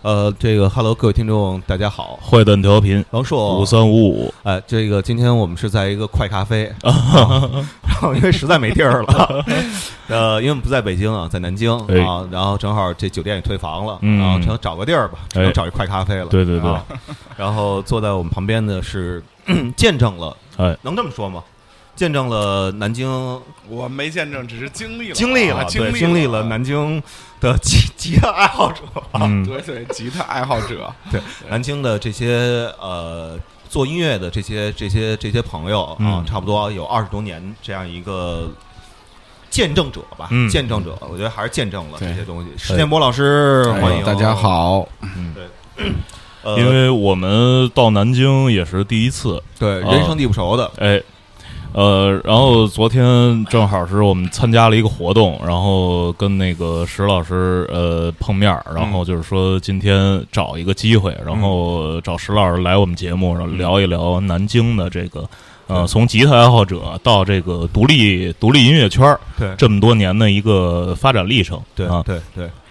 这个 Hello 各位听众大家好， 坏蛋调频王硕 5355。 这个今天我们是在一个快咖啡，然后因为实在没地儿了，因为我们不在北京啊，在南京啊，然后正好这酒店也退房了，然后想找个地儿吧，只能找一快咖啡了。 对对对， 然后坐在我们旁边的是见证了，能这么说吗？见证了南京， 我没见证，只是经历了南京的吉他爱好者， 对，吉他爱好者， 对南京的这些做音乐的这些朋友啊，差不多有20多年这样一个见证者吧，见证者，我觉得还是见证了这些东西。石建波老师，欢迎大家好， 对。 因为我们到南京也是第一次， 对，人生地不熟的， 然后昨天正好是我们参加了一个活动，然后跟那个石老师碰面，然后就是说今天找一个机会，然后找石老师来我们节目，然后聊一聊南京的这个从吉他爱好者到这个独立音乐圈， 对这么多年的一个发展历程， 对啊，对。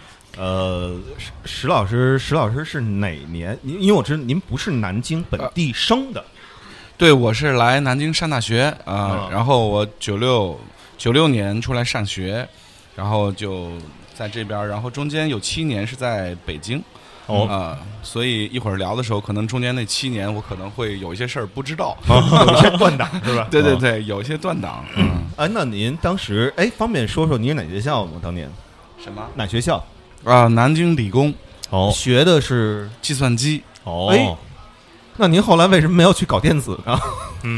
石老师是哪年？因为我知道您不是南京本地生的。 对，我是来南京上大学然后我96年出来上学，然后就在这边，然后中间有7年是在北京，所以一会儿聊的时候，可能中间那7年我可能会有一些事儿不知道， 有一些断档是吧？ 对，有一些断档。 那您当时方便说说您是哪学校吗？当年什么？ 哪学校？ 南京理工。 学的是计算机。 那您后来为什么没有去搞电子呢？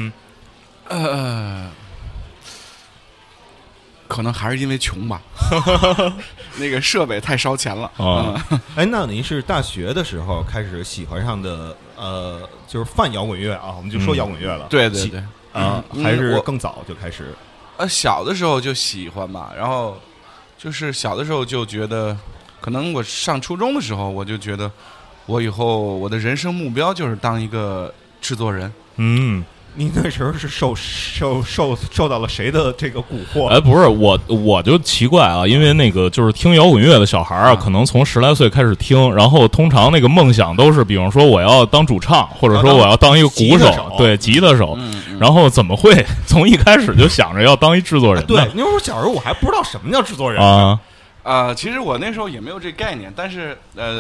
可能还是因为穷吧，那个设备太烧钱了。 那您是大学的时候开始喜欢上的就是泛摇滚乐啊？我们就说摇滚乐了。 对还是更早就开始？ 小的时候就喜欢吧，然后就是小的时候就觉得，可能我上初中的时候我就觉得，我以后我的人生目标就是当一个制作人。 你那时候是受到了谁的这个蛊惑？ 不是我就奇怪啊，因为那个就是听摇滚乐的小孩啊，可能从10来岁开始听，然后通常那个梦想都是，比方说我要当主唱，或者说我要当一个鼓手，对，吉他手。然后怎么会从一开始就想着要当一制作人呢？ 对，那时候小时候我还不知道什么叫制作人其实我那时候也没有这概念，但是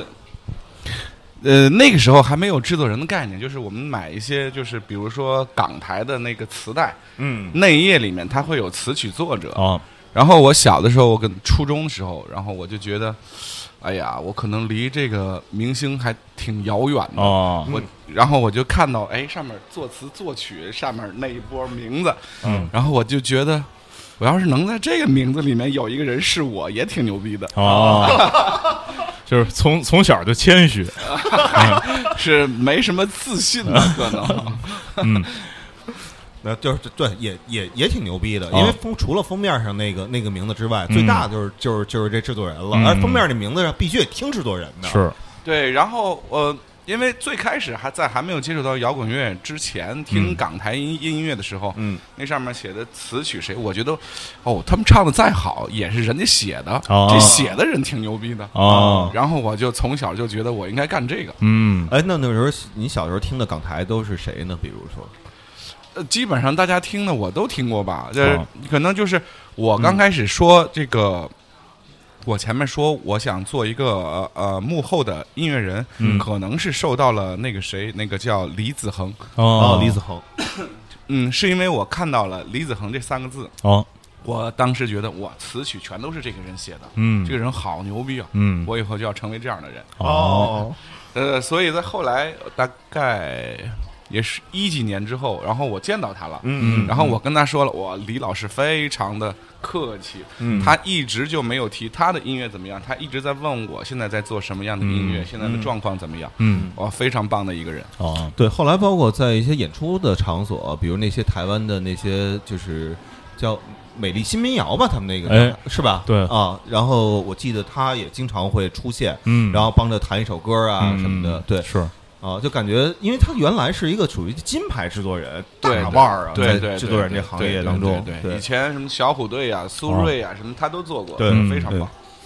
那个时候还没有制作人的概念，就是我们买一些，就是比如说港台的那个磁带，内页里面它会有词曲作者然后我小的时候，我跟初中的时候，然后我就觉得，哎呀，我可能离这个明星还挺遥远的然后我就看到，上面作词作曲上面那一波名字，然后我就觉得，我要是能在这个名字里面有一个人是我，也挺牛逼的就是从小就谦虚， 是没什么自信的可能。 那就是对，也挺牛逼的，因为除了封面上那个名字之外，最大的就是这制作人了，而封面那名字上必须得听制作人的。 是， 对，然后因为最开始还没有接触到摇滚乐之前，听港台音乐的时候，那上面写的词曲谁，我觉得，他们唱的再好也是人家写的，这写的人挺牛逼的然后我就从小就觉得我应该干这个。 那时候你小时候听的港台都是谁呢？比如说， 基本上大家听的我都听过吧，可能就是我刚开始说这个。我前面说我想做一个幕后的音乐人，可能是受到了那个谁，那个叫李子恒李子恒， 是因为我看到了李子恒这3个字我当时觉得哇，词曲全都是这个人写的，这个人好牛逼啊，我以后就要成为这样的人所以在后来大概也是10几年之后，然后我见到他了，然后我跟他说了，哇，李老师非常的客气，他一直就没有提他的音乐怎么样，他一直在问我现在在做什么样的音乐，现在的状况怎么样，哇，非常棒的一个人。 对，后来包括在一些演出的场所，比如那些台湾的那些就是叫美丽新民谣吧，他们那个是吧？ 对然后我记得他也经常会出现，然后帮着弹一首歌什么的，对， 是。 就感觉，因为他原来是一个属于金牌制作人，大腕儿在制作人这行业当中， 对，以前什么小虎队啊、苏芮啊什么，他都做过， 对， 非常棒。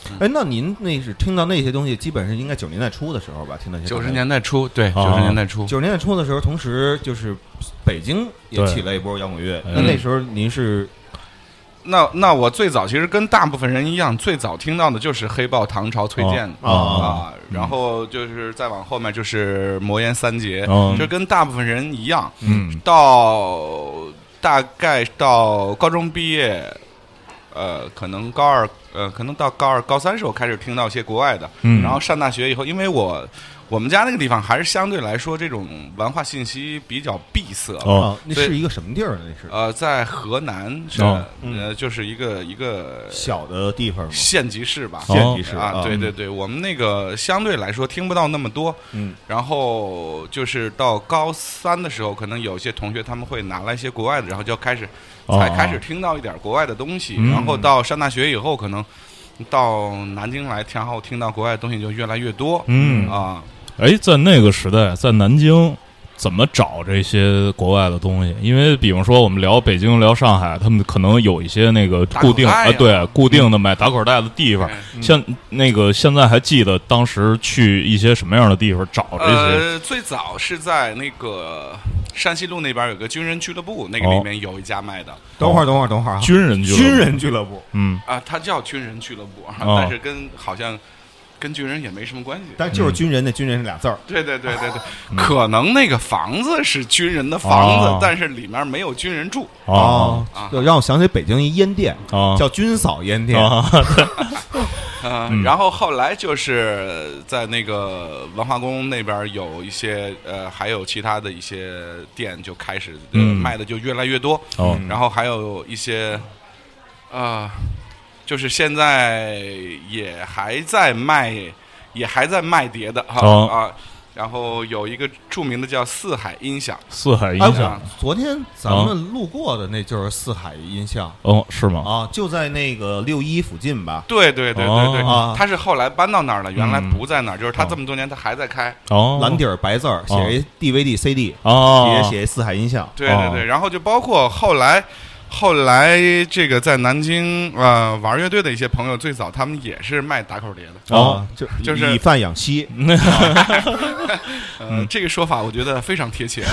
哎，那您那是听到那些东西，基本上应该90年代初的时候吧？听到那些 90年代初，对，90年代初 ，90年代初的时候，同时就是北京也起了一波摇滚乐。那时候您是？ 那我最早其实跟大部分人一样，最早听到的就是黑豹、唐朝、崔健然后就是再往后面就是魔岩三杰，就跟大部分人一样，到大概到高中毕业，可能高二，可能到高二、高三时候开始听到一些国外的，然后上大学以后，因为我们家那个地方还是相对来说这种文化信息比较闭塞。 那是一个什么地儿呢？那是在河南，就是一个小的地方， 县级市吧， 县级市啊，对对对，我们那个相对来说听不到那么多。然后就是到高三的时候，可能有些同学他们会拿来一些国外的，然后就才开始听到一点国外的东西。然后到上大学以后，可能到南京来，然后听到国外的东西就越来越多。 哎，在那个时代，在南京怎么找这些国外的东西？因为比方说我们聊北京、聊上海，他们可能有一些那个固定对固定的买打口袋的地方。像那个现在还记得当时去一些什么样的地方找这些？ 最早是在那个山西路那边有个军人俱乐部，那个里面有一家卖的。 等会儿， 军人俱乐部， 它叫军人俱乐部，但是好像跟军人也没什么关系， 但就是军人，那军人是俩字儿。 对，可能那个房子是军人的房子，但是里面没有军人住。 让我想起北京一烟店，叫军嫂烟店。 然后后来就是在那个文化宫那边有一些还有其他的一些店就开始卖的就越来越多。然后还有一些就是现在也还在卖碟的然后有一个著名的叫四海音响。 昨天咱们路过的那就是四海音响。 是吗？ 就在那个6·1附近吧。 对，他是后来搬到那儿了，原来不在那儿，就是他这么多年他还在开。 蓝底儿白字儿，写一 DVD CD，也写四海音响。 对，然后就包括后来这个在南京玩乐队的一些朋友，最早他们也是卖打口碟的。就是以贩养吸。 这个说法我觉得非常贴切。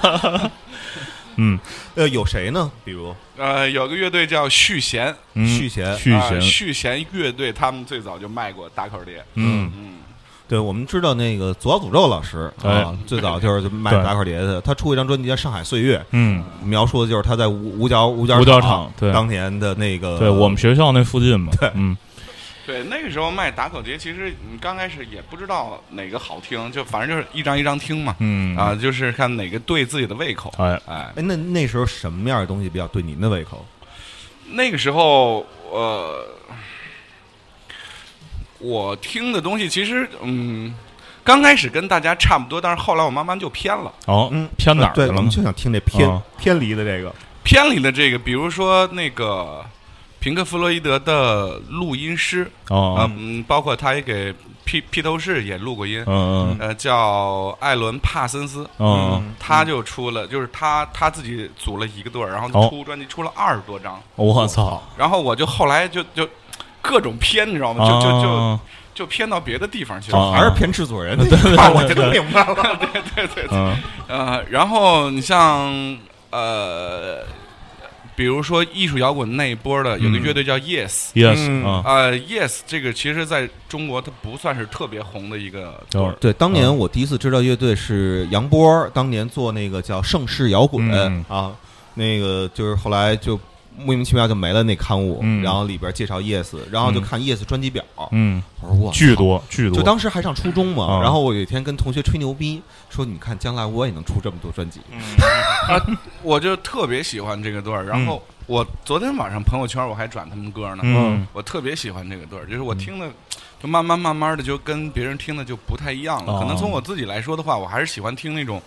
有谁呢？比如有个乐队叫续弦，续弦乐队，他们最早就卖过打口碟。 对，我们知道那个左小诅咒老师最早就是卖打口碟的。他出一张专辑叫《上海岁月》，描述的就是他在五角场当年的那个， 对我们学校那附近嘛。 对，那个时候卖打口碟，其实你刚开始也不知道哪个好听，就反正就是一张一张听嘛。就是看哪个对自己的胃口。 那时候什么样的东西比较对您的胃口？ 那个时候我听的东西其实刚开始跟大家差不多，但是后来我慢慢就偏了。 偏哪儿去了？ 我们就想听这偏离的这个， 比如说那个平克·弗洛伊德的录音师，包括他也给披头士也录过音，叫艾伦·帕森斯，他就出了，就是他自己组了一个队儿，然后出专辑出了20多张。 我操！ 然后我就后来就各种偏，你知道吗？就偏到别的地方去了， 还是偏制作人。我就明白了。 对。然后你像比如说艺术摇滚那一波的，有个乐队叫 Yes， 这个其实在中国它不算是特别红的一个。 对，当年我第一次知道乐队是杨波，当年做那个叫盛世摇滚那个就是后来就莫名其妙就没了那刊物，然后里边介绍 Yes， 然后就看 Yes 专辑表，我说哇， 巨多， 就当时还上初中嘛，然后我有一天跟同学吹牛逼说，你看将来我也能出这么多专辑， 我就特别喜欢这个队儿，然后我昨天晚上朋友圈我还转他们歌呢，我特别喜欢这个队儿，就是我听的就慢慢的就跟别人听的就不太一样了，可能从我自己来说的话，我还是喜欢听那种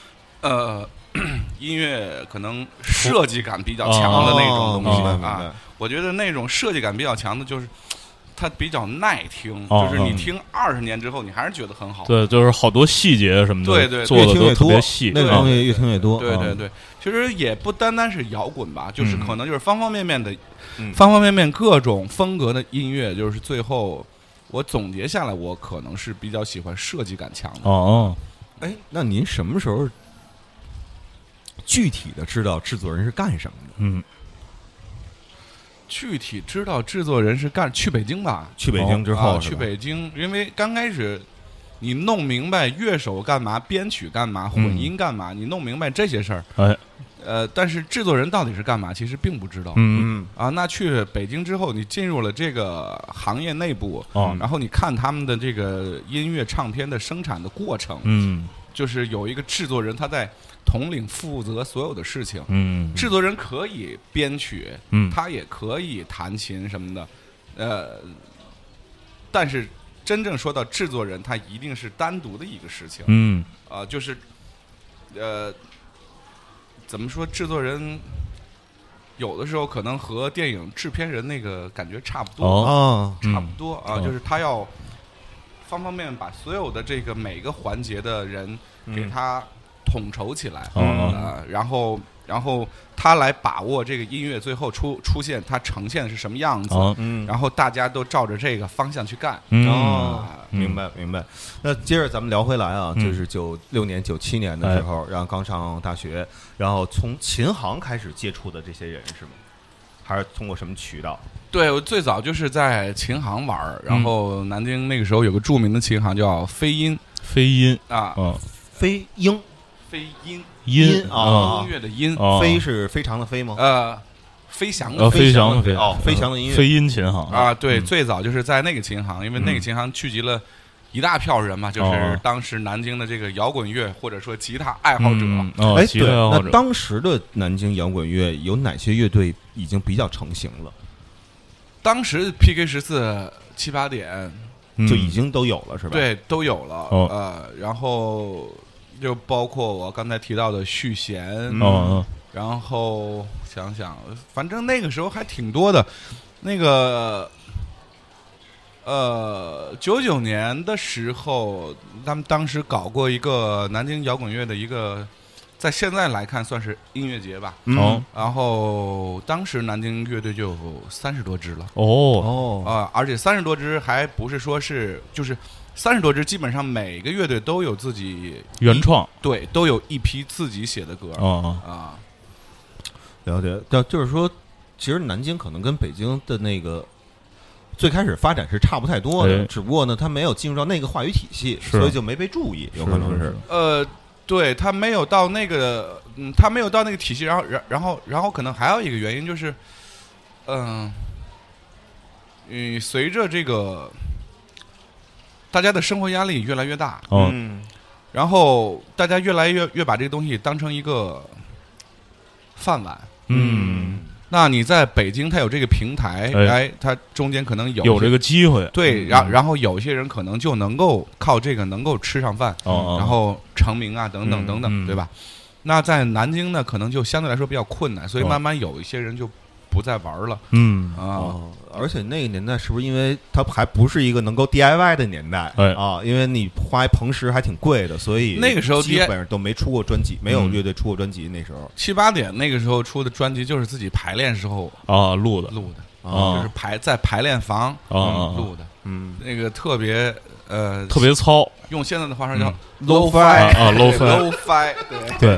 音乐可能设计感比较强的那种东西我觉得那种设计感比较强的，就是它比较耐听，就是你听20年之后，你还是觉得很好。 对，就是好多细节什么的， 对， 做的都特别细， 那个东西越听越多。 对，其实也不单单是摇滚吧，就是可能就是方方面面的，方方面面各种风格的音乐，就是最后我总结下来，我可能是比较喜欢设计感强的。 哎，那您什么时候具体的知道制作人是干什么的？ 具体知道制作人是去北京吧？ 去北京之后， 去北京，因为刚开始你弄明白乐手干嘛，编曲干嘛，混音干嘛，你弄明白这些事儿，但是制作人到底是干嘛，其实并不知道。那去北京之后，你进入了这个行业内部，然后你看他们的这个音乐唱片的生产的过程，就是有一个制作人他在统领负责所有的事情。制作人可以编曲，他也可以弹琴什么的，但是真正说到制作人，他一定是单独的一个事情。就是怎么说，制作人有的时候可能和电影制片人那个感觉差不多，差不多啊，就是他要方方面面把所有的这个每个环节的人给他统筹起来，然后他来把握这个音乐最后出现它呈现的是什么样子，然后大家都照着这个方向去干。 明白。那接着咱们聊回来啊，就是96年、97年的时候，然后刚上大学，然后从琴行开始接触的这些人是吗？还是通过什么渠道？ 对，我最早就是在琴行玩，然后南京那个时候有个著名的琴行叫飞音啊， 飞音音乐的音， 飞是非常的飞吗？ 飞翔的飞翔的飞翔的音乐， 飞音琴行啊，对，最早就是在那个琴行，因为那个琴行聚集了一大票人嘛，就是当时南京的这个摇滚乐或者说吉他爱好者。 对，那当时的南京摇滚乐有哪些乐队已经比较成型了？ 当时 PK14、7、8点就已经都有了，是吧？ 对，都有了。然后就包括我刚才提到的续弦，然后想想，反正那个时候还挺多的。那个99年的时候，他们当时搞过一个南京摇滚乐的一个，在现在来看算是音乐节吧。然后当时南京乐队就有30多支了。而且30多支还不是说是就是30多支，基本上每个乐队都有自己原创， 对，都有一批自己写的歌。 了解。就是说，其实南京可能跟北京的那个最开始发展是差不太多的，只不过呢，它没有进入到那个话语体系，所以就没被注意，有可能是。 对，他没有到那个，他没有到那个体系，然后可能还有一个原因就是，随着这个大家的生活压力越来越大，然后大家越来越把这个东西当成一个饭碗，那你在北京，它有这个平台，它中间可能有这个机会， 对，然后有些人可能就能够靠这个能够吃上饭，然后成名啊，等等等等，对吧？那在南京呢，可能就相对来说比较困难，所以慢慢有一些人就不再玩了。 而且那个年代是不是因为它还不是一个能够 DIY 的年代因为你花一棚石还挺贵的，所以那个时候基本上都没出过专辑，没有乐队出过专辑。那时候 7、8点那个时候出的专辑就是自己排练时候录的，就是在排练房录的，那个特别糙， 用现在的话说叫 low-fi， 对，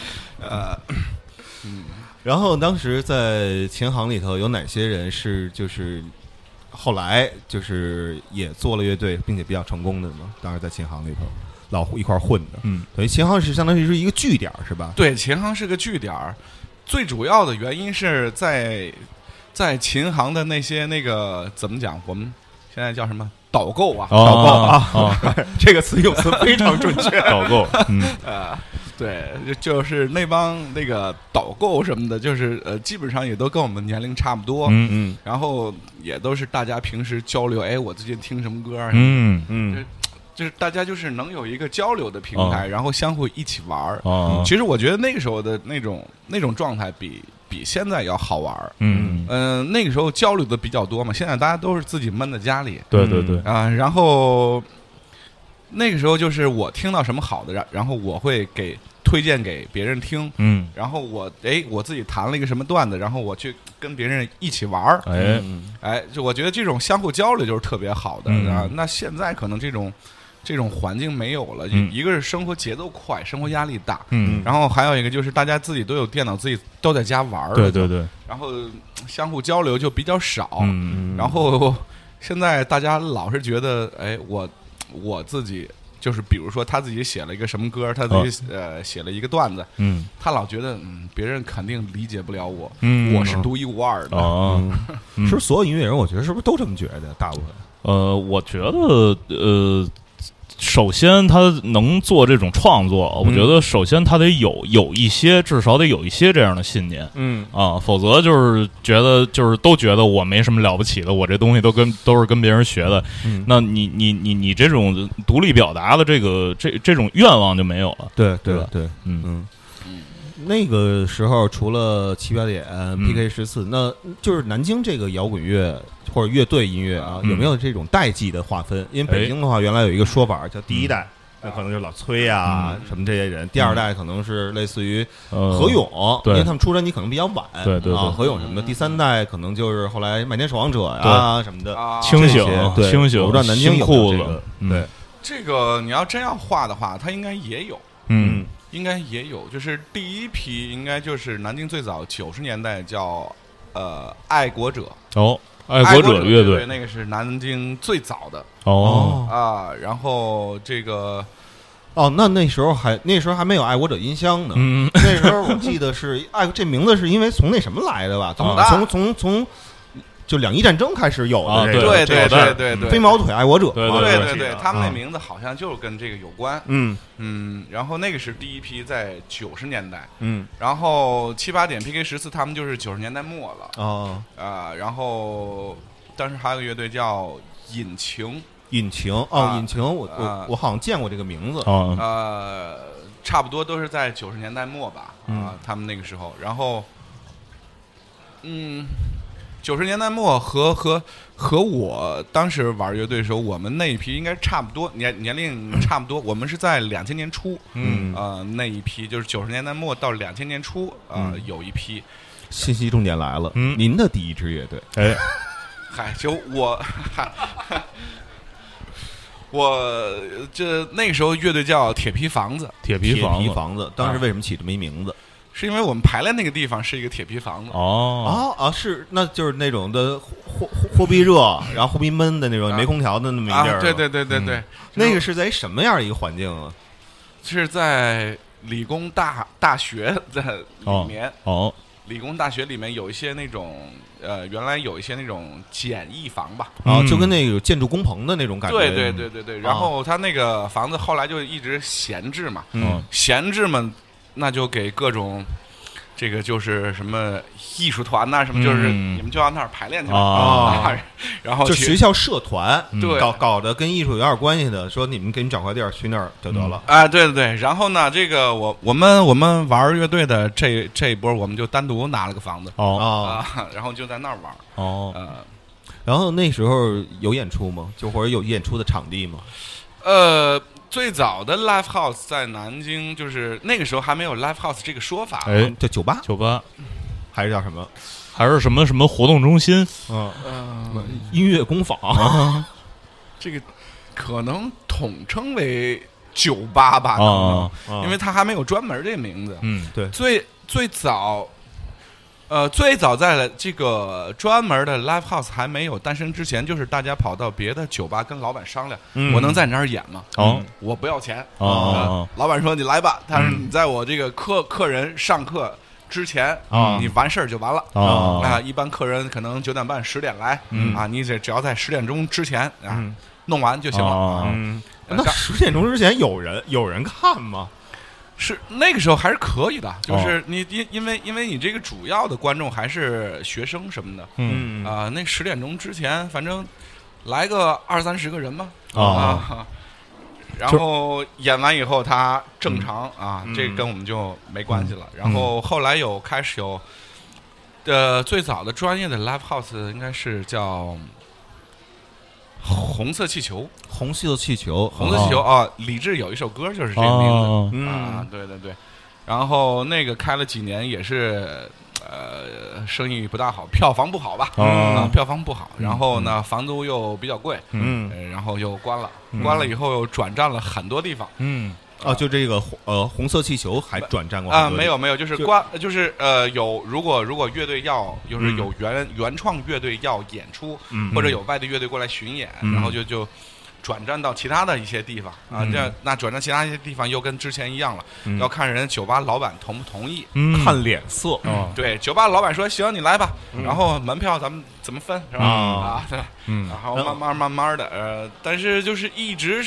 然后当时在琴行里头有哪些人是就是后来就是也做了乐队并且比较成功的吗？当时在琴行里头老一块混的，等于琴行是相当于是一个据点是吧？ 对，琴行是个据点，最主要的原因是在琴行的那些那个怎么讲？我们现在叫什么？导购啊， 这个词用词非常准确， 导购， 对，就是那帮那个导购什么的，就是基本上也都跟我们年龄差不多，然后也都是大家平时交流，我最近听什么歌啊，就是大家就是能有一个交流的平台，然后相互一起玩。其实我觉得那个时候的那种状态比比现在要好玩。那个时候交流的比较多嘛，现在大家都是自己闷在家里。 对对对然后那个时候就是我听到什么好的，然后我会推荐给别人听。然后我自己弹了一个什么段子，然后我去跟别人一起玩儿。就我觉得这种相互交流就是特别好的。那现在可能这种环境没有了，一个是生活节奏快，生活压力大，然后还有一个就是大家自己都有电脑，自己都在家玩儿， 对对对， 然后相互交流就比较少，然后现在大家老是觉得，我自己就是比如说他自己写了一个什么歌，他自己写了一个段子，他老觉得别人肯定理解不了我，我是独一无二的。 是不是所有音乐人我觉得是不是都这么觉得？大部分我觉得首先他能做这种创作，我觉得首先他得有一些，至少得有一些这样的信念，否则就是觉得就是都觉得我没什么了不起的，我这东西都是跟别人学的，那你这种独立表达的这种愿望就没有了， 对对对，那个时候除了7、8点 PK14，那就是南京这个摇滚乐或者乐队音乐啊，有没有这种代际的划分？因为北京的话，原来有一个说法叫第一代，那可能就是老崔啊什么这些人；第二代可能是类似于何勇，因为他们出专辑可能比较晚， 对对对， 何勇什么的；第三代可能就是后来麦田守望者呀什么的， 清醒， 我不知道南京有没有这个。对， 这个你要真要画的话，它应该也有，应该也有，就是第一批应该就是南京最早90年代叫爱国者爱国者乐队， 那个是南京最早的然后这个那时候还没有爱国者音箱呢，那时候我记得是这名字是因为从那什么来的吧？从就两伊战争开始有的， 对对对对对， 飞毛腿爱国者， 对对对，他们那名字好像就是跟这个有关，然后那个是第一批在90年代，然后7、8点 PK14他们就是90年代末了，然后当时还有个乐队叫引擎， 引擎，我好像见过这个名字， 差不多都是在90年代末吧，他们那个时候，然后90年代末和我当时玩乐队的时候，我们那一批应该差不多，年龄差不多。我们是在2000年初，那一批就是90年代末到2000年初，有一批。 信息重点来了，您的第一支乐队， 就我这那个时候乐队叫铁皮房子， 铁皮房子，当时为什么起这么一名字？ 是因为我们排练那个地方是一个铁皮房子是，那就是那种的货币热，然后货币闷的那种没空调的那么一地儿， 对对对对对， 那个是在什么样一个环境啊？ 是在理工大学的里面理工大学里面有一些那种原来有一些那种简易房吧， 就跟那个建筑工棚的那种感觉， 对对对对对。然后他那个房子后来就一直闲置嘛，闲置嘛。那就给各种，这个就是什么艺术团呐，什么就是你们就到那儿排练去吧，然后就学校社团， 对， 搞得跟艺术有点关系的，说你们给你找块地儿去那儿就得了。 对对对。然后呢，这个我们玩乐队的这一波，我们就单独拿了个房子然后就在那儿玩然后那时候有演出吗？就或者有演出的场地吗？ 最早的 live house 在南京，就是那个时候还没有 live house 这个说法， 叫酒吧，还是叫什么？ 还是什么活动中心？ 音乐工坊， 这个可能统称为酒吧吧，因为它还没有专门这个名字。 对， 最早。最早在这个专门的 live house 还没有诞生之前，就是大家跑到别的酒吧跟老板商量，我能在你那儿演吗？我不要钱。老板说你来吧，但是你在我这个客人上课之前，你完事儿就完了。一般客人可能9点半10点来，你只要在10点钟之前弄完就行了。 那10点钟之前有人看吗？ 是那个时候还是可以的，就是你因为你这个主要的观众还是学生什么的，那10点钟之前，反正来个20-30个人吧，然后演完以后他正常这跟我们就没关系了。然后后来开始有最早的专业的 live house 应该是叫红色气球， 红色气球啊！李志有一首歌就是这个名字啊，对对对。然后那个开了几年也是生意不大好，票房不好吧？票房不好，然后呢房租又比较贵，然后又关了，关了以后又转战了很多地方， 就这个红色气球还转战过没有，就是有如果乐队要就是有原创乐队要演出，或者有外地乐队过来巡演，然后就转战到其他的一些地方啊，那转战其他一些地方又跟之前一样了，要看人酒吧老板同不同意， 看脸色。 对，酒吧老板说行，你来吧，然后门票咱们怎么分是吧？对，然后慢慢的但是就是一直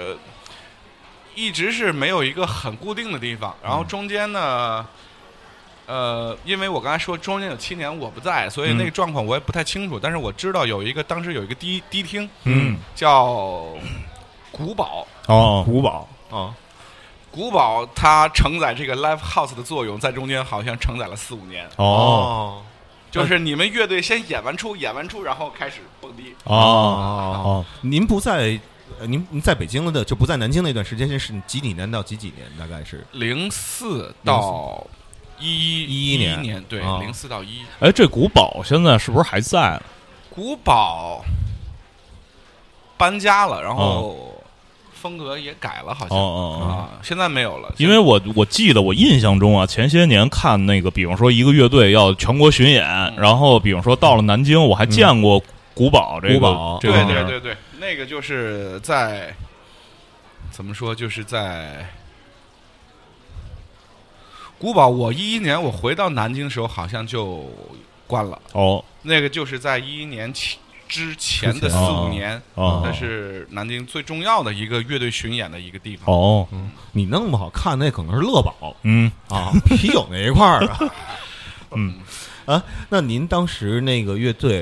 是没有一个很固定的地方，然后中间呢，因为我刚才说中间有7年我不在，所以那个状况我也不太清楚。但是我知道当时有一个迪厅，叫古堡。 古堡古堡它承载这个 live house 的作用，在中间好像承载了4-5年。就是你们乐队先演完出，然后开始蹦迪。 您不在。您在北京的就不在南京那段时间是几年到几年？大概是 04到11年，对，04到11。 哎，这古堡现在是不是还在？ 古堡搬家了，然后风格也改了，好像现在没有了。 因为我记得我印象中啊，前些年看那个，比方说一个乐队要全国巡演，然后比方说到了南京，我还见过古堡这个， 对。那个就是在怎么说，就是在古堡。我11年我回到南京的时候，好像就关了。那个就是在11年之前的4-5年，那是南京最重要的一个乐队巡演的一个地方。 你弄不好看那可能是乐宝，啤酒那一块儿的。那您当时那个乐队，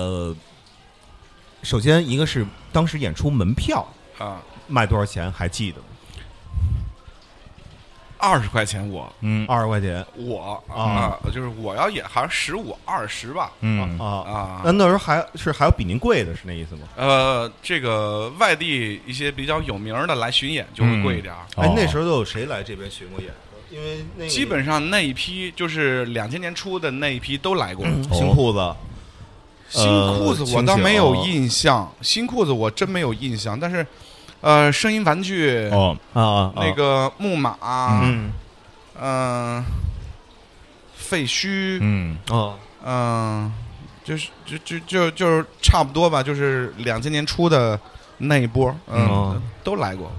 首先一个是当时演出门票卖多少钱还记得吗 ？20块钱 ，20块钱就是我要演好像15、20吧， 那时候还有比您贵的是那意思吗？ 这个外地一些比较有名的来巡演就会贵一点。 那时候都有谁来这边巡过演？因为基本上那一批就是2000年初的那一批都来过。 新裤子。 新裤子我倒没有印象，新裤子我真没有印象，但是，声音玩具那个木马，废墟，就是差不多吧，就是2000年初的那一波，都来过，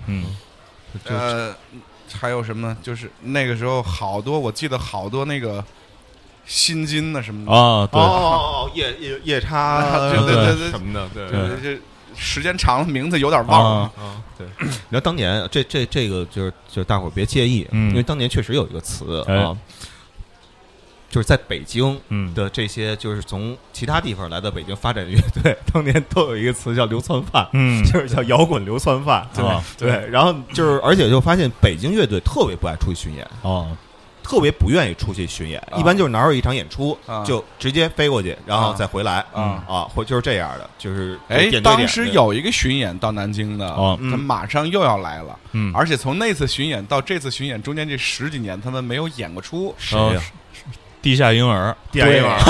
还有什么？就是那个时候好多，我记得好多那个。新金的什么的夜叉对什么的，对， 这时间长了名字有点忘了。 对，你知道当年这个就是大伙儿别介意，因为当年确实有一个词就是在北京的这些就是从其他地方来到北京发展的乐队，当年都有一个词叫流窜犯，就是叫摇滚流窜犯，对，然后就是而且就发现北京乐队特别不爱出去巡演特别不愿意出去巡演，一般就是哪有一场演出就直接飞过去，然后再回来或就是这样的，就是当时有一个巡演到南京的，他马上又要来了，而且从那次巡演到这次巡演中间这10几年，他们没有演过出。 谁呀？ 地下婴儿， 对，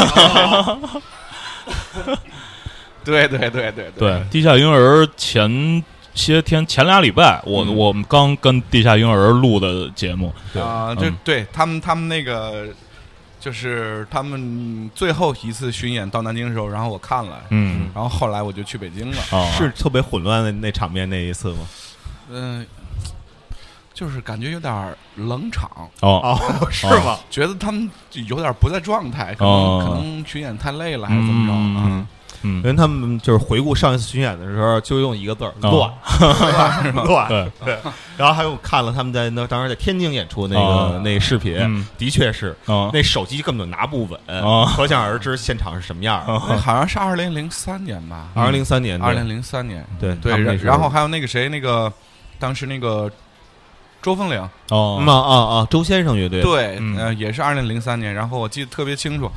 地下婴儿前2礼拜，我们刚跟地下婴儿录的节目， 对他们那个就是他们最后一次巡演到南京的时候，然后我看了，然后后来我就去北京了， 是特别混乱的那场面那一次吗？ 就是感觉有点冷场是吗？ 觉得他们有点不在状态，可能巡演太累了，还是怎么着因为他们就是回顾上一次巡演的时候，就用一个字儿乱，乱。对。然后还有看了他们在当时在天津演出那视频，的确是那手机根本拿不稳，可想而知现场是什么样。 好像是2003年吧 ，2003年 ，2003年， 对。 然后还有那个谁，那个当时那个周凤岭， 周先生乐队， 对，也是2003年。然后我记得特别清楚。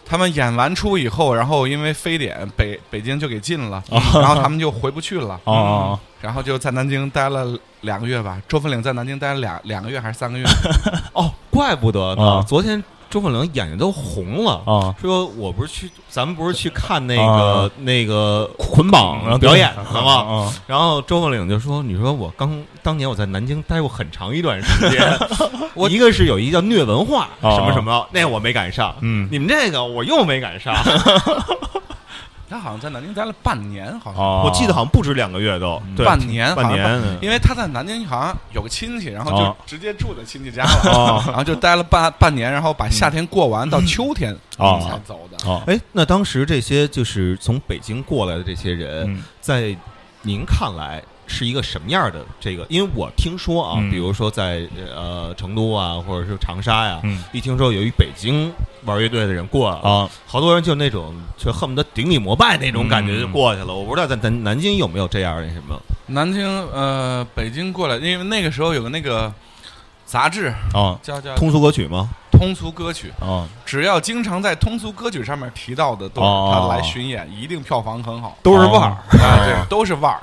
他们演完出以后，然后因为非典北京就给禁了，然后他们就回不去了然后就在南京待了2个月吧。周凤岭在南京待了两个月还是3个月？ 哦，怪不得呢。昨天周凤岭眼睛都红了说咱们不是去看那个捆绑表演的吗？然后周凤岭就说：“你说我当年我在南京待过很长一段时间，我一个是有一个叫虐文化什么什么，那我没赶上，你们这个我又没赶上。” 他好像在南京待了半年，好像我记得好像不止2个月都， 半年，因为他在南京好像有个亲戚，然后就直接住在亲戚家了，然后就待了半年，然后把夏天过完，到秋天才走的。 哎，那当时这些就是从北京过来的这些人，在您看来是一个什么样的这个？因为我听说啊，比如说在成都啊，或者是长沙呀，一听说有一北京玩乐队的人过来啊，好多人就那种就恨不得顶礼膜拜那种感觉就过去了。我不知道在南京有没有这样的什么？ 南京北京过来，因为那个时候有个那个杂志叫通俗歌曲吗？ 通俗歌曲只要经常在通俗歌曲上面提到的，都是他来巡演，一定票房很好， 都是腕儿对，都是腕儿，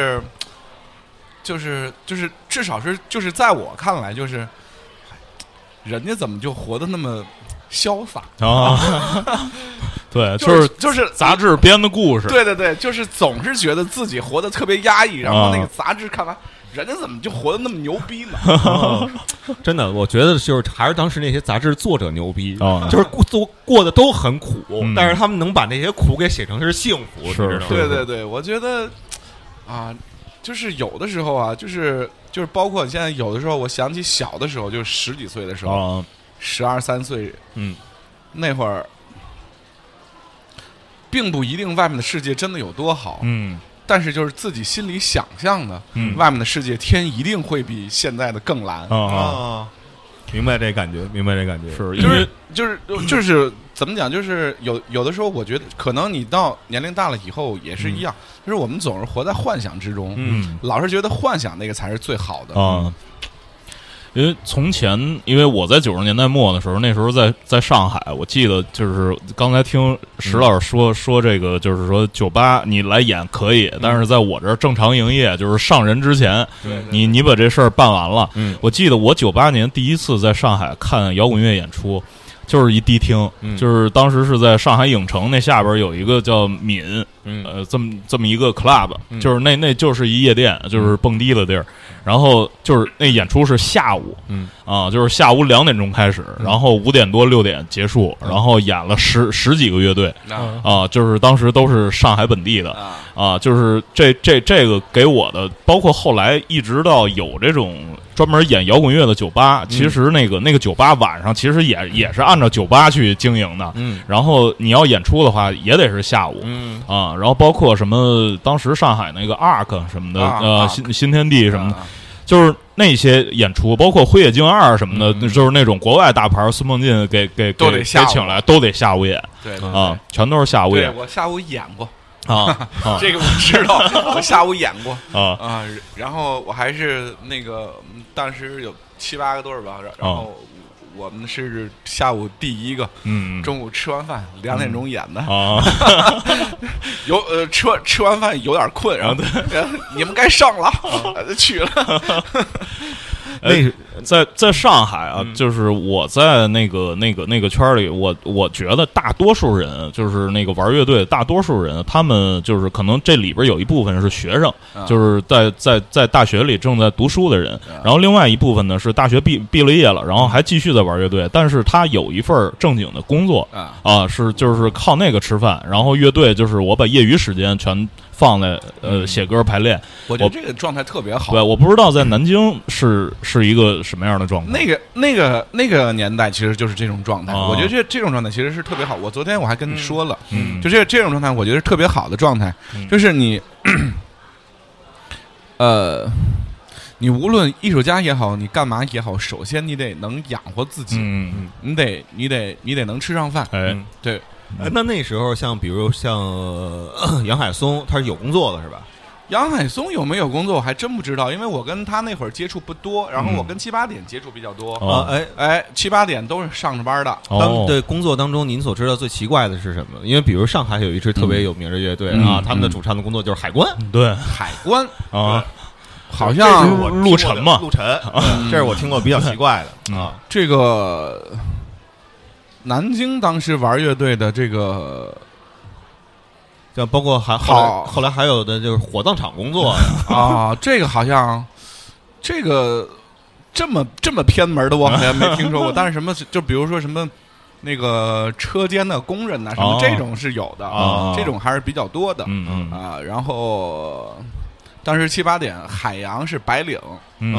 就是至少是就是在我看来，就是人家怎么就活得那么潇洒对， 就是杂志编的故事， 对，就是总是觉得自己活得特别压抑，然后那个杂志看完，人家怎么就活得那么牛逼呢？ 真的，我觉得就是还是当时那些杂志作者牛逼就是过得都很苦，但是他们能把那些苦给写成是幸福， 是对，我觉得就是有的时候啊，就是包括现在有的时候，我想起小的时候，就是10几岁的时候，12、13岁，那会儿，并不一定外面的世界真的有多好，但是就是自己心里想象的，外面的世界天一定会比现在的更蓝明白这感觉， 是因为就是怎么讲，就是有的时候，我觉得可能你到年龄大了以后也是一样，就是我们总是活在幻想之中，老是觉得幻想那个才是最好的因为从前，因为我在90年代末的时候，那时候在上海，我记得就是刚才听石老师说这个，就是说酒吧你来演可以，但是在我这儿正常营业，就是上人之前，你把这事儿办完了。我记得我98年第一次在上海看摇滚乐演出。就是一迪厅，就是当时是在上海影城那下边有一个叫闽，这么一个 club，就是那就是一夜店，就是蹦迪的地儿。然后就是那演出是下午，就是下午2点钟开始，然后5点多6点结束，然后演了十几个乐队，就是当时都是上海本地的，就是这个给我的，包括后来一直到有这种专门演摇滚乐的酒吧，其实那个酒吧晚上其实也是按照酒吧去经营的，然后你要演出的话也得是下午，然后包括什么当时上海那个 ARK 什么的，新天地什么的，就是那些演出，包括辉夜姬2什么的，就是那种国外大牌，孙梦进给请来，都得下午演， 对全都是下午演。 我下午演过。 这个我知道，我下午演过然后我还是那个当时有7、8个队吧，然后我们是下午第一个，中午吃完饭2点钟演的，吃完饭有点困，然后你们该上了，去了。 在上海啊，就是我在那个圈里，我觉得大多数人就是那个玩乐队，大多数人他们就是可能这里边有一部分是学生，就是在大学里正在读书的人，然后另外一部分呢是大学毕了业了，然后还继续在玩乐队，但是他有一份正经的工作是就是靠那个吃饭，然后乐队就是我把业余时间全放在写歌排练， 我觉得这个状态特别好。 对，我不知道在南京是一个什么样的状态。 那个年代其实就是这种状态。我觉得这种状态其实是特别好。我昨天我还跟你说了，就这种状态，我觉得是特别好的状态。就是你，你无论艺术家也好，你干嘛也好，首先你得能养活自己，你得能吃上饭。对。 那时候比如像杨海松，他是有工作的是吧？ 杨海松有没有工作我还真不知道，因为我跟他那会儿接触不多，然后我跟7-8点接触比较多。7-8点都是上着班的。 对，工作当中您所知道最奇怪的是什么？因为比如上海有一支特别有名的乐队啊，他们的主唱的工作就是海关。 对， 海关啊， 好像我陆晨嘛， 陆晨，这是我听过比较奇怪的啊。 这个南京当时玩乐队的这个。 像包括后来还有的就是火葬场工作啊，这个好像这个这么偏门的我好像没听说过，但是什么就比如说什么那个车间的工人呐，什么这种是有的啊，这种还是比较多的啊。然后当时7-8点海洋是白领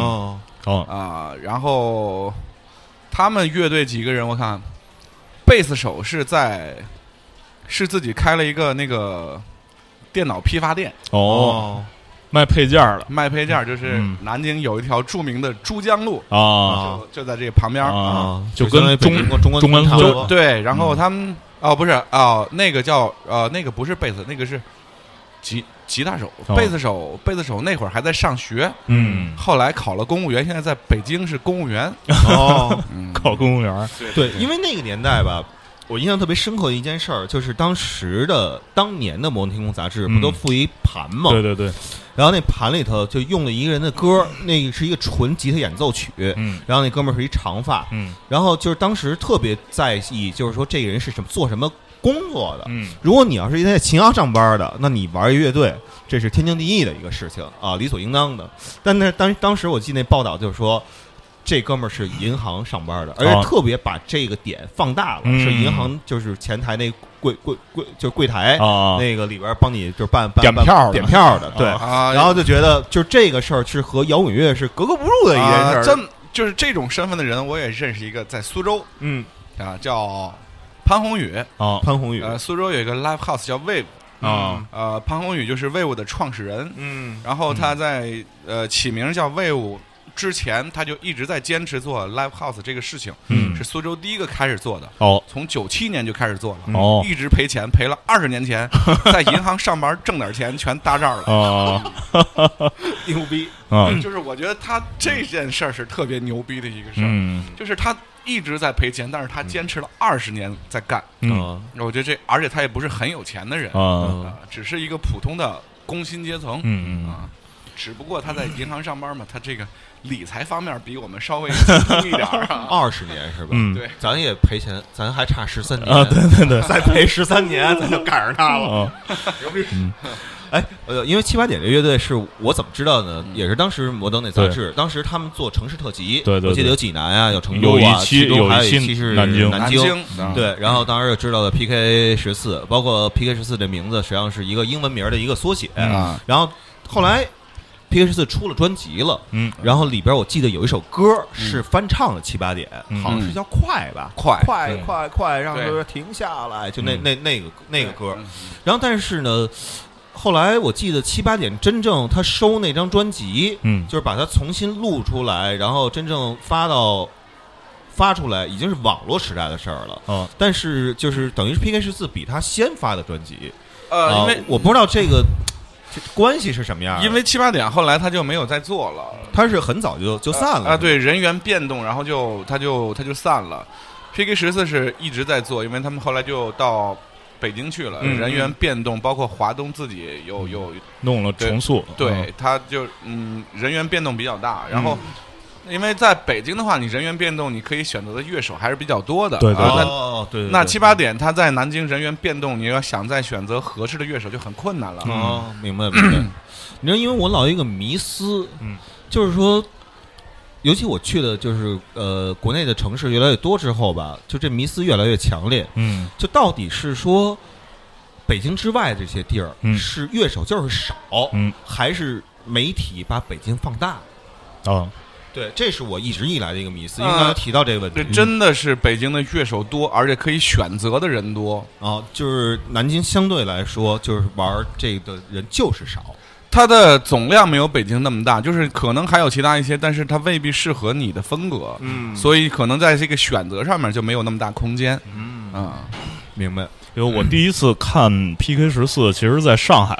然后他们乐队几个人我看贝斯手是自己开了一个那个电脑批发店卖配件的， 卖配件就是南京有一条著名的珠江路就在这旁边就跟中关村对，然后他们不是那个叫那个不是贝斯，那个是吉他手，贝斯手那会儿还在上学，后来考了公务员，现在在北京是公务员考公务员， 对，因为那个年代吧。我印象特别深刻的一件事儿，就是当年的《摩登天空》杂志不都附一盘吗？ 对对对。 然后那盘里头就用了一个人的歌，那是一个纯吉他演奏曲。然后那哥们儿是一长发。然后就是当时特别在意，就是说这个人是做什么工作的。如果你要是在秦阳上班的，那你玩一乐队，这是天经地义的一个事情啊，理所应当的。但那当时我记得那报道就是说。这哥们儿是银行上班的，而且特别把这个点放大了，是银行就是前台那就是柜台那个里边帮你就是办点票的，对，然后就觉得就是这个事儿是和摇滚乐是格格不入的一件事儿。 就是这种身份的人，我也认识一个，在苏州，叫潘宏宇潘宏宇， 苏州有一个 live house 叫 Wave。潘宏宇就是 Wave 的创始人，然后他在起名叫 Wave。之前他就一直在坚持做 live house 这个事情，是苏州第一个开始做的。从97年就开始做了，一直赔钱，赔了20年钱，在银行上班挣点钱全搭这儿了。 牛逼！ 就是我觉得他这件事儿是特别牛逼的一个事儿，就是他一直在赔钱，但是他坚持了20年在干。我觉得而且他也不是很有钱的人只是一个普通的工薪阶层。只不过他在银行上班嘛，他这个理财方面比我们稍微轻松一点 20年是吧？ 对， 咱也赔钱，咱还差13年啊！对， 再赔13年，咱就赶上他了。牛逼！因为7-8点这乐队是我怎么知道呢？也是当时摩登那杂志，当时他们做城市特辑， 对， 我记得有济南啊，有成都啊，其中还有一期是南京，对。然后当时就知道了 PK14，包括 PK14这名字实际上是一个英文名的一个缩写。然后后来。PK14出了专辑了，然后里边我记得有一首歌是翻唱的7-8点，好像是叫快吧，快，让他停下来，就那个歌。然后但是呢，后来我记得7-8点真正他收那张专辑，就是把它重新录出来，然后真正发出来，已经是网络时代的事儿了。但是就是等于是 PK14比他先发的专辑， 因为我不知道这个。关系是什么样？ 因为7-8点后来他就没有再做了， 他是很早就散了对，人员变动，然后他就散了。PK14是一直在做，因为他们后来就到北京去了，人员变动，包括华东自己有弄了重塑， 对，他就人员变动比较大，然后。因为在北京的话，你人员变动，你可以选择的乐手还是比较多的。 对， 那7-8点他在南京人员变动，你要想再选择合适的乐手就很困难了。 明白。你知道，因为我老有一个迷思，就是说，尤其我去的就是国内的城市越来越多之后吧，就这迷思越来越强烈。就到底是说北京之外这些地儿是乐手就是少，还是媒体把北京放大？对，这是我一直以来的一个迷思。因为刚才提到这个问题， 真的是北京的乐手多，而且可以选择的人多就是南京相对来说，就是玩这个人就是少。 它的总量没有北京那么大，就是可能还有其他一些，但是它未必适合你的风格。所以可能在这个选择上面就没有那么大空间。 明白。 因为我第一次看 PK14，其实在上海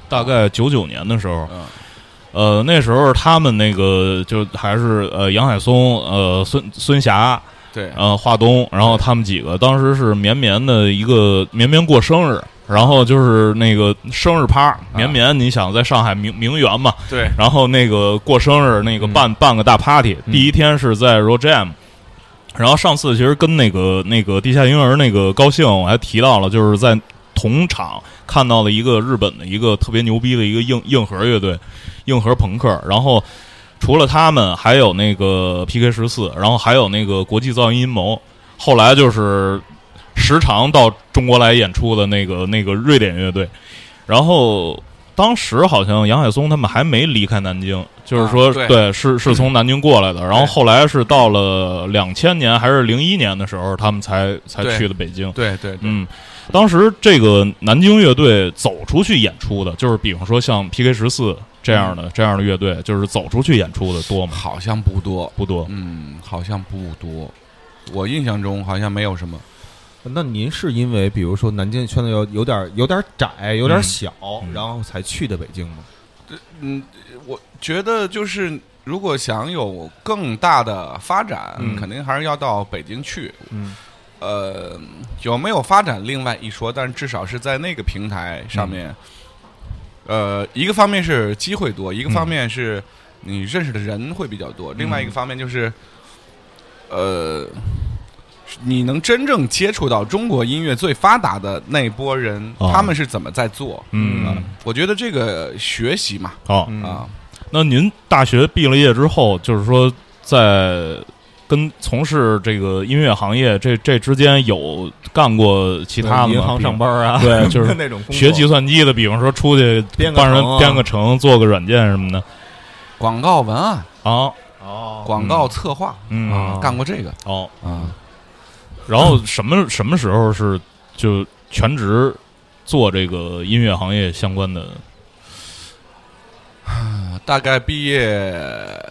大概99年的时候。那时候他们那个就还是杨海松、孙霞， 对， 华东，然后他们几个当时是绵绵过生日，然后就是那个生日趴，绵绵你想在上海名媛嘛， 对， 然后那个过生日那个办个大 party，第一天是在 Rojam。然后上次其实跟那个地下婴儿那个高兴，我还提到了，就是在同场看到了一个日本的一个特别牛逼的一个硬核乐队，硬核朋克。然后除了他们，还有那个 PK14，然后还有那个国际噪音阴谋。后来就是时常到中国来演出的那个瑞典乐队。然后当时好像杨海松他们还没离开南京，就是说对，是从南京过来的。然后后来是到了2000年还是01年的时候，他们才去的北京。 对， 当时这个南京乐队走出去演出的，就是比方说像 PK14这样的乐队，就是走出去演出的多吗？ 好像不多，好像不多。我印象中好像没有什么。 那您是因为比如说南京圈子有点窄，有点小，然后才去的北京吗？ 我觉得就是如果想有更大的发展，肯定还是要到北京去。有没有发展另外一说，但至少是在那个平台上面，一个方面是机会多，一个方面是你认识的人会比较多，另外一个方面就是你能真正接触到中国音乐最发达的那波人，他们是怎么在做？我觉得这个学习嘛， 那您大学毕了业之后，就是说在跟从事这个音乐行业这之间有干过其他的吗？ 银行上班啊， 对，就是那种学计算机的，比方说出去帮人编个程，做个软件什么的， 广告文案广告策划，干过这个然后什么时候是就全职做这个音乐行业相关的？ 大概毕业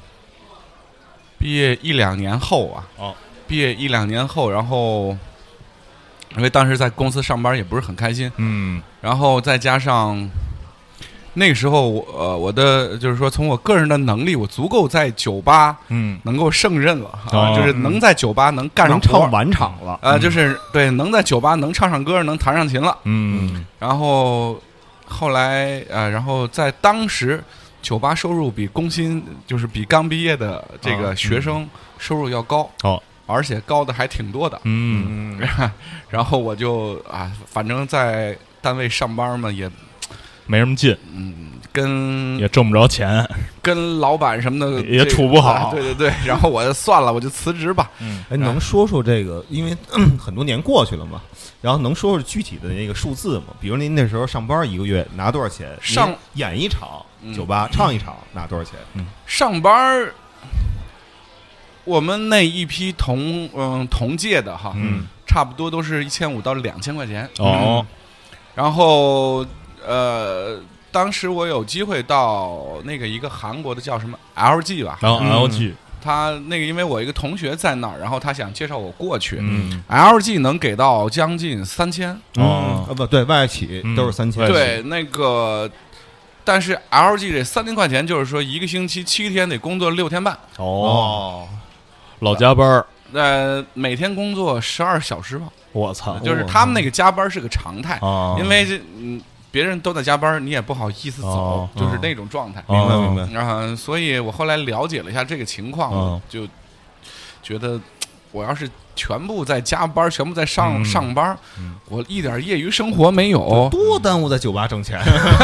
1-2年后毕业1-2年后，然后因为当时在公司上班也不是很开心，然后再加上那个时候我的就是说从我个人的能力，我足够在酒吧能够胜任了就是能在酒吧能干上活， 能唱晚场了就是对，能在酒吧能唱上歌，能弹上琴了。然后后来然后在当时酒吧收入比工薪，就是比刚毕业的这个学生收入要高而且高的还挺多的。然后我就反正在单位上班嘛，也没什么劲， 跟也挣不着钱， 跟老板什么的也处不好。 对，然后我就算了，我就辞职吧。 能说说这个？因为很多年过去了嘛，然后能说说具体的那个数字吗？比如您那时候上班1个月拿多少钱？演一场酒吧唱一场拿多少钱？ 上班我们那一批同届的差不多都是1500到2000块钱。然后当时我有机会到那个一个韩国的叫什么 LG 吧 ，LG， 他那个因为我一个同学在那儿，然后他想介绍我过去，LG 能给到将近3000， 不对，外企都是3000， 对，那个但是 LG 这3000块钱就是说1个星期7天得工作6天半， 老加班， 每天工作12小时吧， 我操， 就是他们那个加班是个常态，因为别人都在加班，你也不好意思走，就是那种状态。 明白。 然后，所以我后来了解了一下这个情况，就觉得我要是全部在加班，全部在上班，我一点业余生活没有， 多耽误在酒吧挣钱。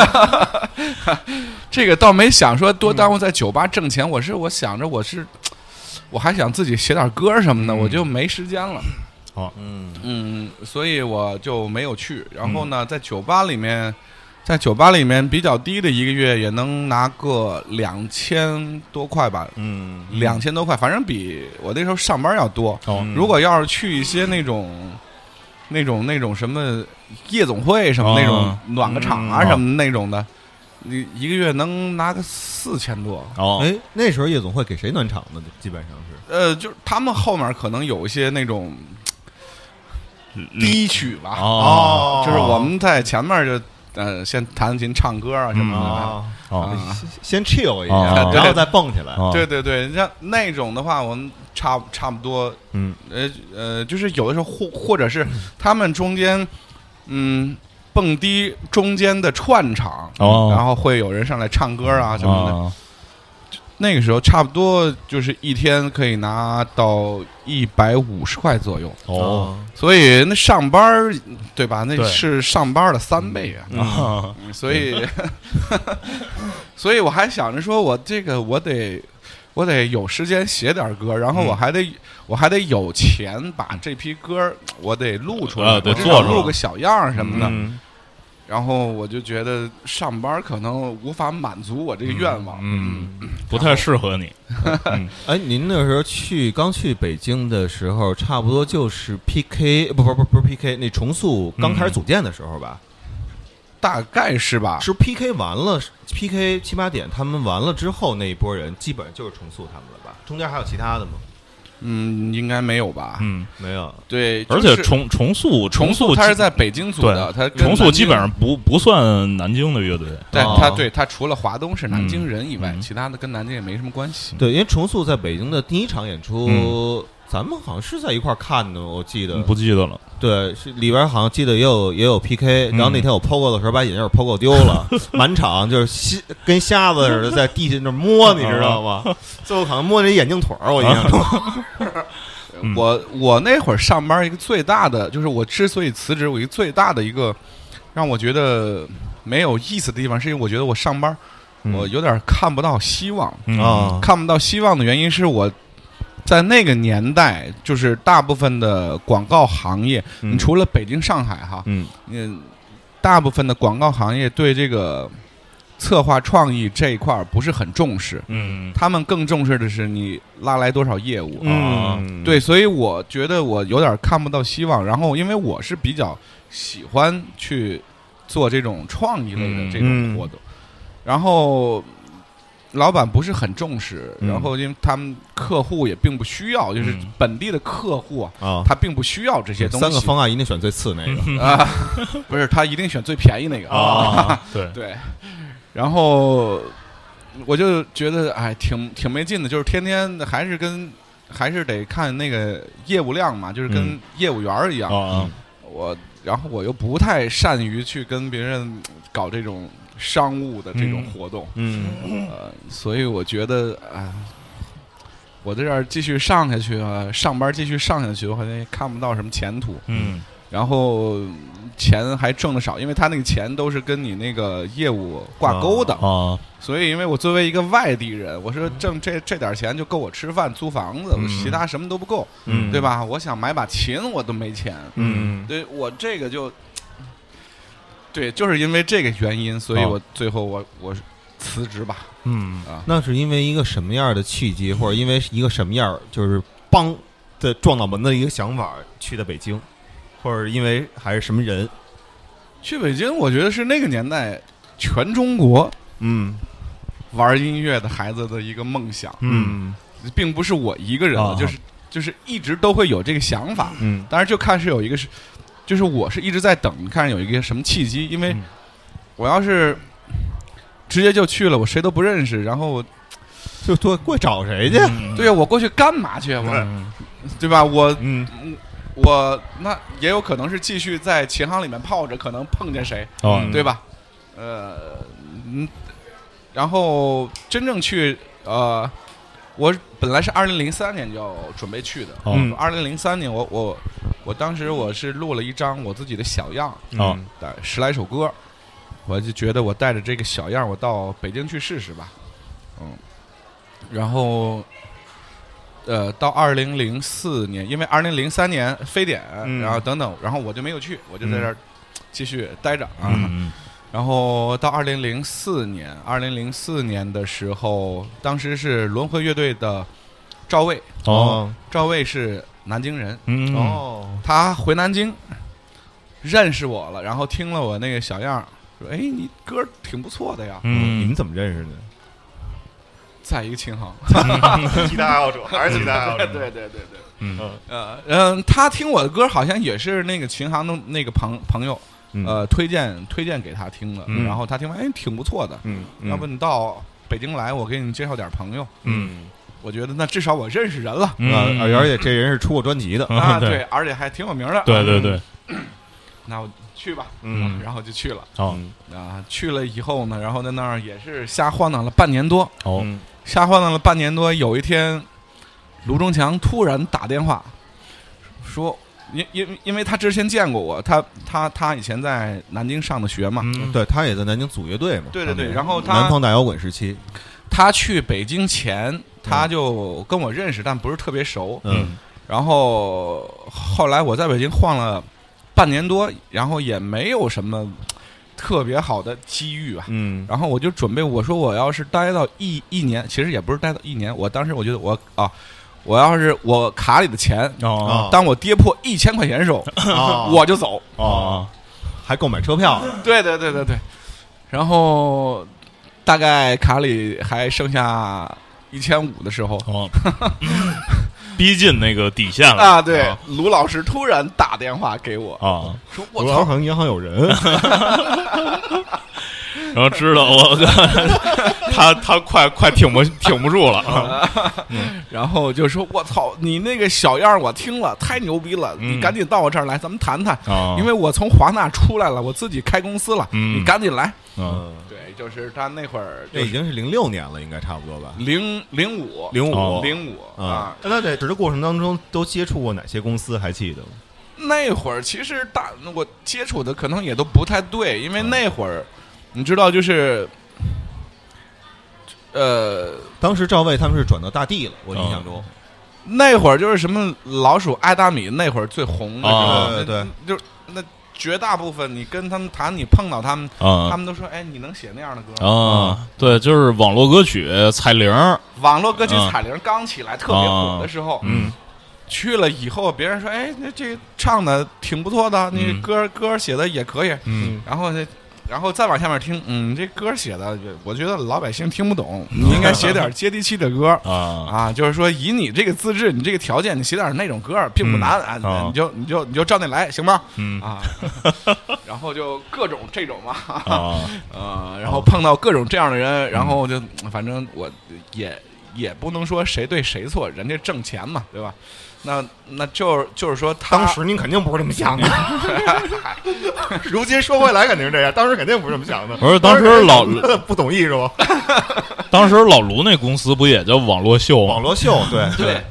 这个倒没想说多耽误在酒吧挣钱，我想着我还想自己写点歌什么的，我就没时间了。所以我就没有去。然后呢，在酒吧里面比较低的1个月也能拿个2000多块吧，2000多块，反正比我那时候上班要多。如果要是去一些那种什么夜总会什么那种暖个场什么那种的，你1个月能拿个4000多。 那时候夜总会给谁暖场呢？基本上是就是他们后面可能有一些那种低曲吧，就是我们在前面先弹琴唱歌啊什么的先 chill 一下，然后再蹦起来。 对对对，像那种的话，我们差不多，就是有的时候或者是他们中间，蹦迪中间的串场，然后会有人上来唱歌啊什么的。那个时候差不多就是一天可以拿到150块左右所以那上班对吧？那是上班的3倍啊！所以我还想着说，我得有时间写点歌，然后我还得有钱把这批歌我得录出来， 得做录个小样什么的。然后我就觉得上班可能无法满足我这个愿望， 不太适合你。 哎，您那时候刚去北京的时候，差不多就是 PK 不是 PK 那重塑刚开始组建的时候吧？ 大概是吧？ 是 PK 完了 ，PK 7、8点他们完了之后，那一波人基本上就是重塑他们了吧？中间还有其他的吗？ 应该没有吧？ 没有。 对， 而且重塑， 它是在北京组的，它重塑基本上不算南京的乐队。 它除了华东是南京人以外，其他的跟南京也没什么关系。 对，因为重塑在北京的第一场演出，咱们好像是在一块看的，我记得不记得了。 对， 是里边好像记得也有 PK，然后那天我 POGO 的时候把眼镜 POGO 丢了，满场就是跟瞎子似的在地下那摸，你知道吗？最后好像摸那眼镜腿儿，我印象中。 我那会儿上班一个最大的就是我之所以辞职，我一个最大的一个让我觉得没有意思的地方，是因为我觉得我上班我有点看不到希望看不到希望的原因是我在那个年代，就是大部分的广告行业，你除了北京、上海哈，大部分的广告行业对这个策划创意这一块不是很重视，他们更重视的是你拉来多少业务对，所以我觉得我有点看不到希望。然后因为我是比较喜欢去做这种创意类的这种活动，然后老板不是很重视，然后因为他们客户也并不需要，就是本地的客户他并不需要这些东西。 3个方案一定选最次那个不是，他一定选最便宜那个对。然后我就觉得挺没劲的，就是天天还是得看那个业务量嘛，就是跟业务员一样然后我又不太善于去跟别人搞这种商务的这种活动，所以我觉得我在这儿继续上下去上班继续上下去，我好像也看不到什么前途，然后钱还挣得少，因为他那个钱都是跟你那个业务挂钩的所以因为我作为一个外地人，我说挣这点钱就够我吃饭租房子，其他什么都不够，对吧？我想买把琴我都没钱，对，我这个对，就是因为这个原因，所以我最后我辞职吧。 那是因为一个什么样的契机，或者因为一个什么样就是的撞到门的一个想法去的北京，或者因为还是什么人去北京？我觉得是那个年代全中国玩音乐的孩子的一个梦想，并不是我一个人就是一直都会有这个想法，当然就看是有一个就是我是一直在等看有一个什么契机，因为我要是直接就去了，我谁都不认识，然后就过去找谁去？ 对呀，我过去干嘛去？对吧？我那也有可能是继续在琴行里面泡着，可能碰见谁，对吧？然后真正去我本来是2003年就要准备去的，2003年我当时我是录了一张我自己的小样10来首歌，我就觉得我带着这个小样我到北京去试试吧，然后到2004年，因为2003年非典，然后等等，然后我就没有去，我就在这儿继续待着然后到2004年的时候，当时是轮回乐队的赵卫赵卫是南京人他回南京认识我了，然后听了我那个小样，说你歌挺不错的呀。 你们怎么认识的？ 在一个琴行吉他爱好者还是吉他爱好者？ 对他听我的歌好像也是那个琴行的那个朋友推荐给他听了，然后他听完挺不错的，要不你到北京来，我给你介绍点朋友，我觉得那至少我认识人了， 而且这人是出过专辑的啊，对，而且还挺有名的， 对， 那我去吧，然后就去了，去了以后呢，然后在那儿也是瞎晃荡了半年多，瞎晃荡了半年多，有一天，卢中强突然打电话说。因为他之前见过我，他以前在南京上的学嘛， 对，他也在南京组乐队嘛， 对，然后他南方大摇滚时期， 他去北京前他就跟我认识，但不是特别熟，然后后来我在北京晃了半年多，然后也没有什么特别好的机遇吧，然后我就准备我说我要是待到一年，其实也不是待到一年，我当时我觉得我要是我卡里的钱，当我跌破1000块钱的时候，我就走， 还够买车票的。 对，然后大概卡里还剩下1500的时候， 逼近那个底线了啊！对，卢老师突然打电话给我说我操， 好像银行有人。 然后知道他快挺不住了， 然后就说我操，你那个小样我听了太牛逼了，你赶紧到我这儿来，咱们谈谈，因为我从华纳出来了，我自己开公司了，你赶紧来。对，就是他那会儿， 这已经是06年了，应该差不多吧 ？05啊。 那在这过程当中都接触过哪些公司？还记得吗？ 那会儿其实我接触的可能也都不太对，因为那会儿。你知道，就是当时赵薇他们是转到大地了，我印象中， 那会儿就是什么老鼠爱大米，那会儿最红的， 对， 就那绝大部分你跟他们谈，你碰到他们，他们都说，哎，你能写那样的歌啊？对，就是网络歌曲彩铃， 网络歌曲彩铃刚起来特别火的时候，去了以后，别人说，哎，那这唱的挺不错的，你歌写的也可以，然后再往下面听，这歌写的，我觉得老百姓听不懂，你应该写点接地气的歌就是说以你这个资质，你这个条件，你写点那种歌并不难你就照那来行吗？然后就各种这种嘛，然后碰到各种这样的人，然后就反正我也不能说谁对谁错，人家挣钱嘛，对吧？那就是说当时您肯定不是这么想的，如今说回来肯定是这样，当时肯定不是这么想的。 不是当时不懂艺术， 当时老卢那公司不也叫网络秀吗？ 网络秀，对，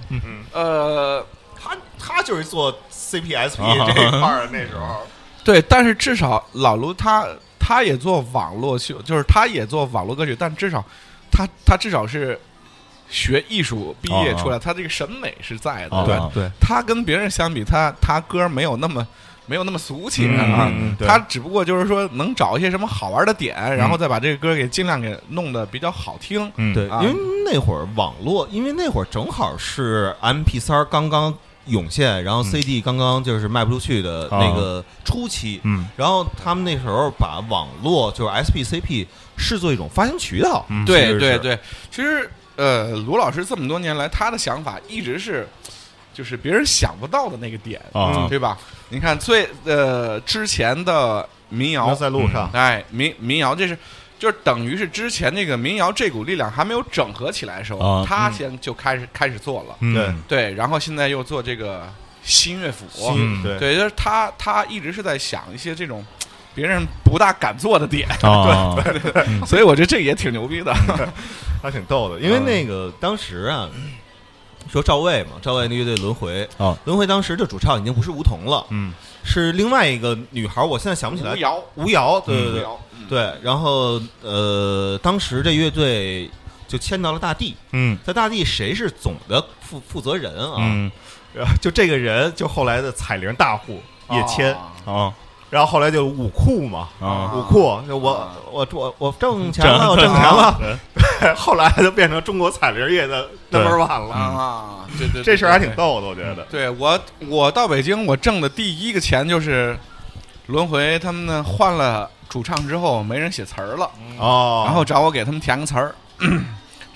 他就是做 CPSP 这一块的那时候， 对，但是至少老卢他也做网络秀，就是他也做网络歌曲，但至少他至少是。学艺术毕业出来，他这个审美是在的， 对， 他跟别人相比，他歌没有那么俗气他只不过就是说能找一些什么好玩的点，然后再把这个歌给尽量给弄得比较好听， 对，因为那会儿网络，因为那会儿正好是 MP3 刚刚涌现，然后 CD 刚刚就是卖不出去的那个初期，然后他们那时候把网络就是 SP、CP 视作一种发行渠道， 对，其实。卢老师这么多年来，他的想法一直是，就是别人想不到的那个点，对吧？你看之前的民谣在路上， 民谣就是等于是之前那个民谣这股力量还没有整合起来的时候，他先就开始做了，对，然后现在又做这个新乐府，对，就是他一直是在想一些这种。别人不大敢做的点，对，所以我觉得这也挺牛逼的， 还挺逗的。因为那个当时啊，说赵薇嘛，赵薇那乐队轮回轮回当时的主唱已经不是吴彤了，是另外一个女孩，我现在想不起来，吴瑶，对，然后当时这乐队就签到了大地，在大地谁是总的负责人啊？就这个人，就后来的彩铃大户也签然后后来就武库嘛，武库，我挣钱了，我挣钱了。对，后来就变成中国彩铃业的 No.1 了对， 这事儿还挺逗的，我觉得。 对我到北京，我挣的第一个钱就是轮回他们呢换了主唱之后，没人写词儿了然后找我给他们填个词儿。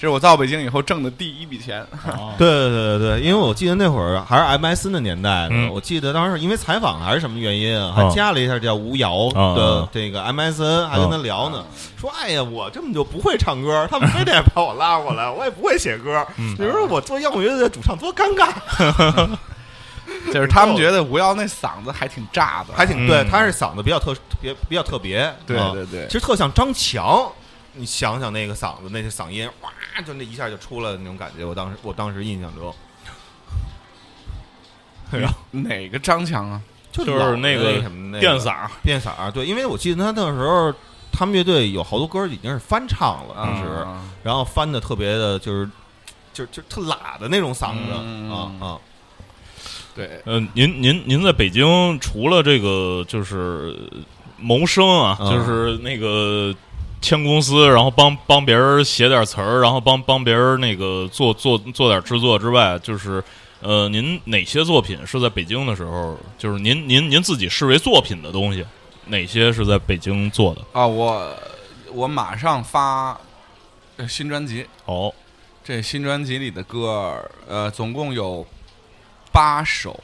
这是我到北京以后挣的第一笔钱。 对，因为我记得那会儿还是 MSN 的年代呢，我记得当时因为采访还是什么原因，还加了一下叫吴瑶的这个 MSN，还跟他聊呢，说哎呀，我根本就不会唱歌，他们非得把我拉过来，我也不会写歌，你说我做摇滚乐队的主唱多尴尬。 就是他们觉得吴瑶那嗓子还挺炸的， 还挺对，他是嗓子比较特别， 对对对， 其实特像张强。你想想那个嗓子，那些嗓音，哇，就那一下就出了那种感觉。我当时印象中， 哪个张强啊？ 就是那个什么电嗓，对，因为我记得他那时候他们乐队有好多歌已经是翻唱了，当时，然后翻的特别的，就特喇的那种嗓子啊。 对， 您在北京除了这个就是谋生啊，就是那个签公司，然后帮别人写点词儿，然后帮别人那个做点制作之外，就是您哪些作品是在北京的时候，就是您自己视为作品的东西，哪些是在北京做的啊？我马上发新专辑哦， 这新专辑里的歌总共有8首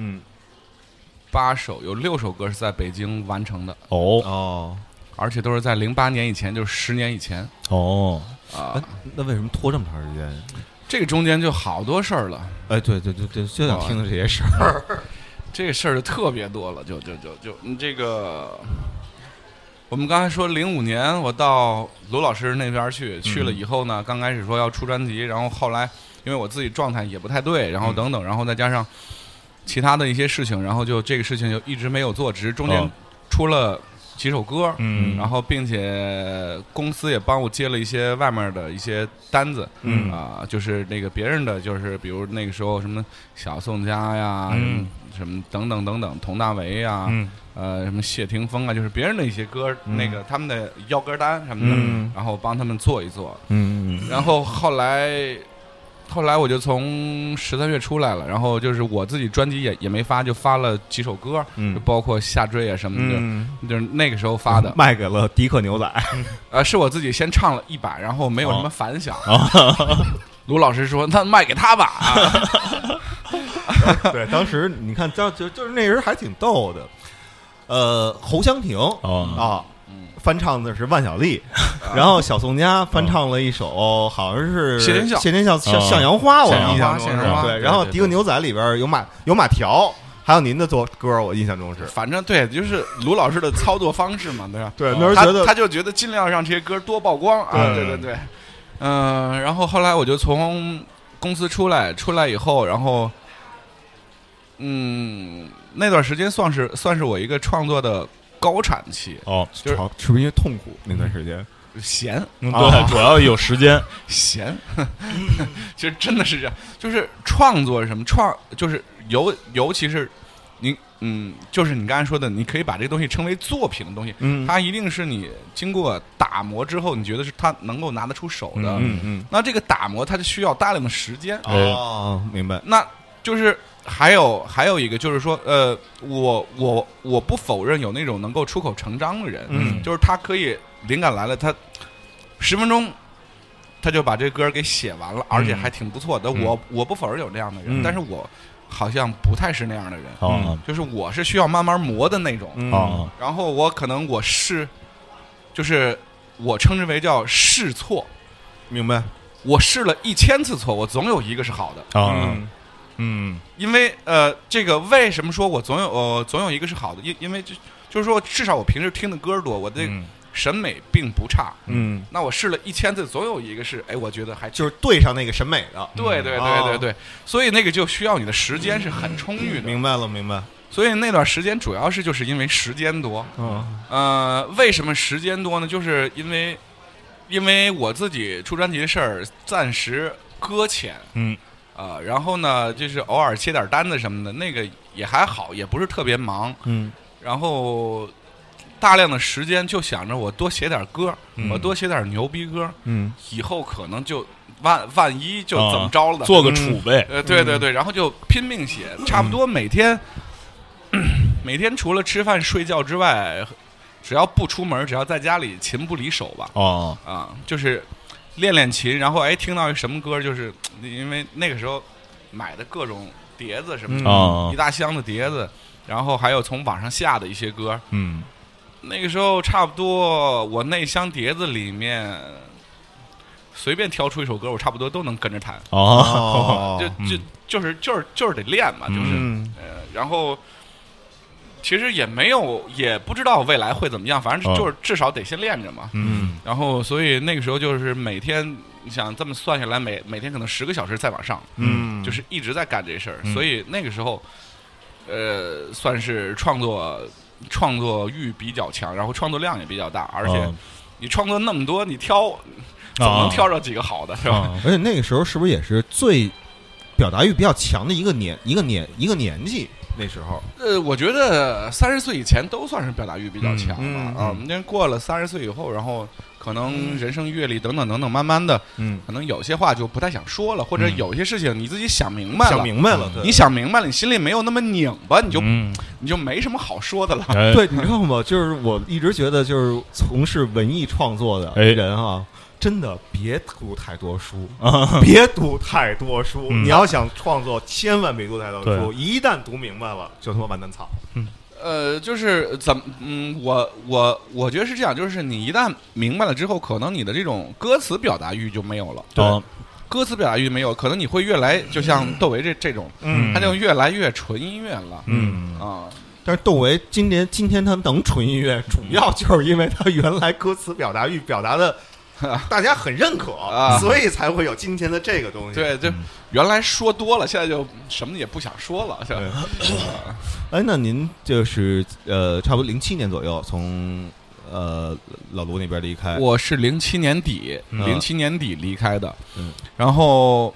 ，8首，有6首歌是在北京完成的哦， 而且都是在08年以前，就是10年以前那为什么拖这么长时间？ 这个中间就好多事儿了。 哎，对，就想听的这些事儿， 这个事儿就特别多了，就这个。我们刚才说05年我到卢老师那边去了以后呢，刚开始说要出专辑，然后后来因为我自己状态也不太对，然后等等，然后再加上其他的一些事情，然后就这个事情就一直没有做，只是中间出了几首歌，然后并且公司也帮我接了一些外面的一些单子，就是那个别人的，就是比如那个时候什么小宋佳呀，什么等等等等，佟大为呀，什么谢霆锋啊，就是别人的一些歌，那个他们的要歌单什么的，然后帮他们做一做，然后后来我就从13月出来了，然后就是我自己专辑也没发，就发了几首歌，就包括下坠啊什么的，就是那个时候发的， 卖给了迪克牛仔。 是我自己先唱了1版，然后没有什么反响。卢老师说：“那卖给他吧。” 对，当时你看，就是那人还挺逗的。侯湘婷翻唱的是万晓利，然后小宋佳翻唱了一首，好像是谢天笑向阳花，我印象中是对。然后迪克牛仔里边有马条，还有您的歌，我印象中是。 反正对，就是卢老师的操作方式嘛，对吧？ 对，那时候觉得他就觉得尽量让这些歌多曝光啊，对。然后后来我就从公司出来以后，然后那段时间算是我一个创作的高产期就是不是因为痛苦那段时间闲对，主要有时间闲，其实真的是这样，就是创作什么就是尤其是你就是你刚才说的，你可以把这个东西称为作品的东西，它一定是你经过打磨之后，你觉得是它能够拿得出手的，那这个打磨它就需要大量的时间明白。 那就是还有一个就是说，我不否认有那种能够出口成章的人，就是他可以灵感来了，他10分钟他就把这歌给写完了，而且还挺不错的。我不否认有这样的人，但是我好像不太是那样的人，就是我是需要慢慢磨的那种，然后我可能就是我称之为叫试错， 明白？我试了1000次错，我总有一个是好的因为这个为什么说我总有一个是好的？因为就是说，至少我平时听的歌多，我的审美并不差。那我试了1000次，总有一个是我觉得还就是对上那个审美的。 对，所以那个就需要你的时间是很充裕的。 明白。 所以那段时间主要是就是因为时间多。为什么时间多呢？就是因为我自己出专辑的事儿暂时搁浅。然后呢，就是偶尔接点单子什么的，那个也还好，也不是特别忙。然后大量的时间就想着我多写点歌，我多写点牛逼歌，以后可能就万一就怎么着了， 做个储备。 对，然后就拼命写，差不多每天除了吃饭睡觉之外，只要不出门，只要在家里勤不离手吧。就是练练琴，然后听到一什么歌，就是因为那个时候买的各种碟子什么的，一大箱的碟子，然后还有从网上下的一些歌，那个时候差不多我那箱碟子里面随便挑出一首歌，我差不多都能跟着弹。就是得练嘛，就是然后其实也不知道未来会怎么样，反正就是至少得先练着嘛。然后所以那个时候就是每天，你想这么算下来，每天可能10个小时再往上，就是一直在干这事儿。所以那个时候，算是创作欲比较强，然后创作量也比较大，而且你创作那么多，你挑总能挑着几个好的，是吧？ 而且那个时候是不是也是最表达欲比较强的一个年纪？那时候， 我觉得30岁以前都算是表达欲比较强了因为过了30岁以后，然后可能人生阅历等等等等，慢慢的，可能有些话就不太想说了，或者有些事情你自己想明白了，你想明白了，你心里没有那么拧巴，你就没什么好说的了。 对，你知道吗？就是我一直觉得，就是从事文艺创作的人啊。真的别读太多书，别读太多书。你要想创作，千万别读太多书。一旦读明白了，就他妈完蛋草。 就是我觉得是这样，就是你一旦明白了之后，可能你的这种歌词表达欲就没有了。 对， 歌词表达欲没有，可能你会越来，就像窦唯这种，他就越来越纯音乐了。 但是窦唯今天他能纯音乐，主要就是因为他原来歌词表达欲表达的。大家很认可所以才会有今天的这个东西。 对，就原来说多了，现在就什么也不想说了。 那您就是差不多07年左右从老卢那边离开。 我是07年底离开的。然后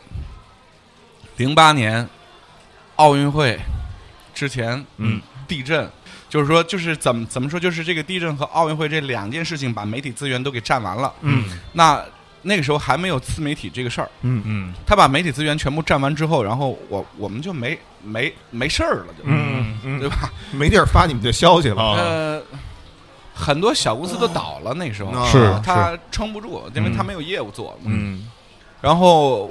08年奥运会之前，地震。就是说，就是怎么说，就是这个地震和奥运会这2件事情把媒体资源都给占完了。那个时候还没有自媒体这个事儿。他把媒体资源全部占完之后，然后我们就没事儿了，就对吧？ 没地儿发你们的消息了。 很多小公司都倒了，那时候他撑不住，因为他没有业务做。然后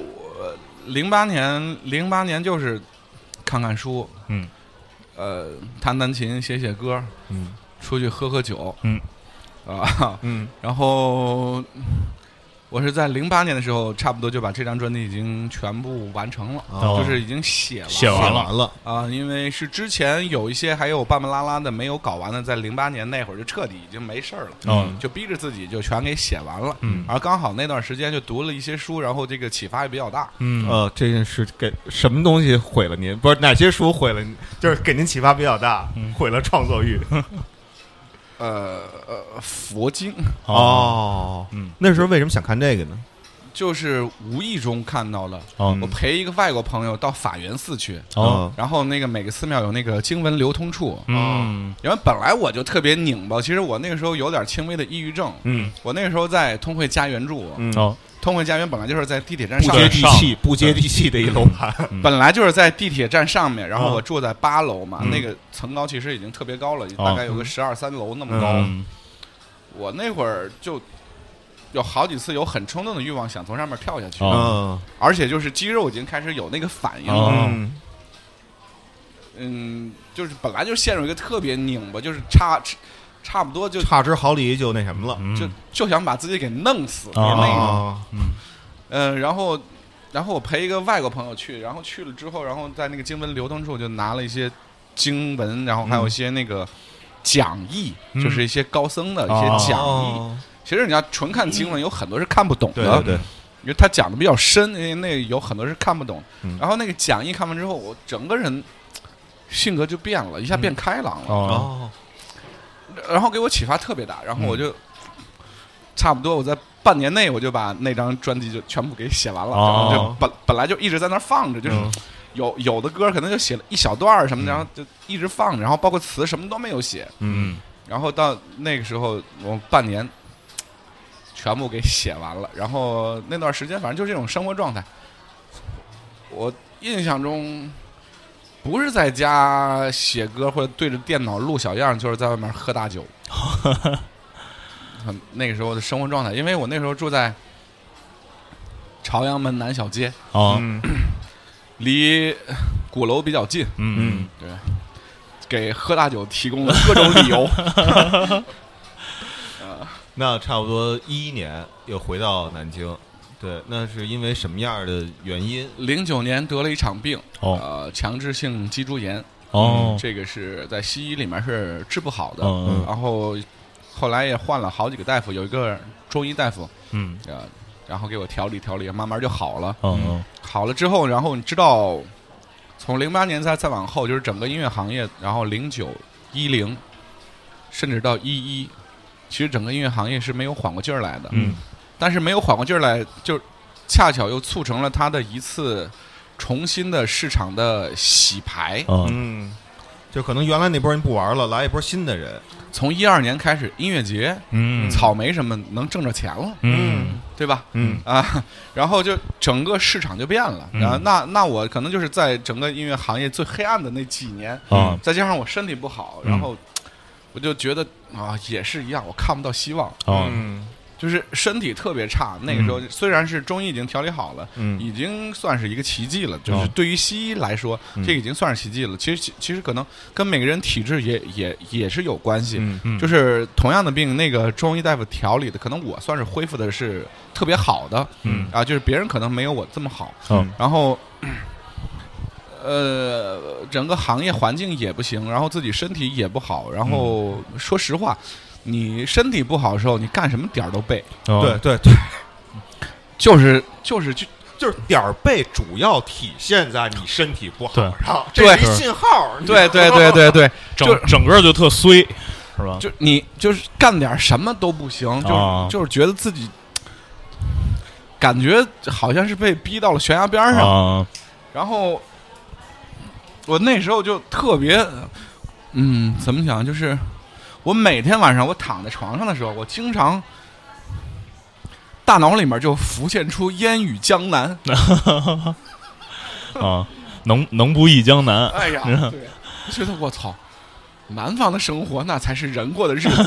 08年就是看看书。弹弹琴，写写歌，出去喝酒，然后我是在08年的时候，差不多就把这张专辑已经全部完成了，就是已经写完了因为是之前有一些还有半半拉拉的没有搞完的，在08年那会儿就彻底已经没事了，就逼着自己就全给写完了，而刚好那段时间就读了一些书，然后这个启发也比较大。 这件事给什么东西毁了您？不是哪些书毁了？就是给您启发比较大，毁了创作欲。 佛经。 那时候为什么想看这个呢？ 就是无意中看到了。我陪一个外国朋友到法源寺去。然后那个每个寺庙有那个经文流通处。因为本来我就特别拧巴，其实我那个时候有点轻微的抑郁症。我那个时候在通惠家园住。通惠家园本来就是在地铁站上面， 不接地气的一楼盘。 本来就是在地铁站上面，然后我住在8楼嘛，那个层高其实已经特别高了，大概有个12、13楼那么高。我那会儿就有好几次有很冲动的欲望想从上面跳下去，而且就是肌肉已经开始有那个反应了。就是本来就陷入一个特别拧巴，就是差不多就差之毫厘就那什么了， 就想把自己给弄死那种。然后我陪一个外国朋友去，然后去了之后，然后在那个经文流通处就拿了一些经文，然后还有一些那个讲义，就是一些高僧的一些讲义。其实你要纯看经文，有很多是看不懂的， 对， 因为他讲的比较深，那有很多是看不懂。然后那个讲义看完之后，我整个人性格就变了，一下变开朗了。然后给我启发特别大，然后我就差不多我在半年内我就把那张专辑就全部给写完了。就本来就一直在那儿放着，就是有的歌可能就写了一小段什么的，然后就一直放着，然后包括词什么都没有写。然后到那个时候我半年全部给写完了，然后那段时间反正就是这种生活状态。我印象中不是在家写歌或者对着电脑录小样，就是在外面喝大酒。那个时候的生活状态，因为我那时候住在朝阳门南小街啊， 离鼓楼比较近。对，给喝大酒提供了各种理由。 那差不多11年又回到南京，对，那是因为什么样的原因 ？09年得了一场病，强制性脊柱炎。这个是在西医里面是治不好的。然后后来也换了好几个大夫，有一个中医大夫，然后给我调理调理，慢慢就好了。好了之后，然后你知道，从08年再往后，就是整个音乐行业，然后09、10，甚至到11，其实整个音乐行业是没有缓过劲儿来的。但是没有缓过劲儿来，就恰巧又促成了它的一次重新的市场的洗牌。 就可能原来那波人不玩了，来一波新的人。 从12年开始，音乐节，草莓什么能挣着钱了，对吧？然后就整个市场就变了。然后那我可能就是在整个音乐行业最黑暗的那几年，再加上我身体不好，然后我就觉得也是一样，我看不到希望。就是身体特别差，那个时候虽然是中医已经调理好了，已经算是一个奇迹了。就是对于西医来说，这已经算是奇迹了。其实可能跟每个人体质也是有关系。就是同样的病，那个中医大夫调理的，可能我算是恢复的是特别好的。就是别人可能没有我这么好。然后整个行业环境也不行，然后自己身体也不好。然后说实话，你身体不好的时候，你干什么点儿都背。 对，就是点儿背，主要体现在你身体不好上，这是一信号。 对， 整个就特衰，是吧？ 就你就是干点什么都不行，就是觉得自己感觉好像是被逼到了悬崖边上。然后我那时候就特别，怎么讲，就是我每天晚上我躺在床上的时候，我经常大脑里面就浮现出烟雨江南。 能不忆江南？ 哎呀，对，我觉得我操，南方的生活那才是人过的日子。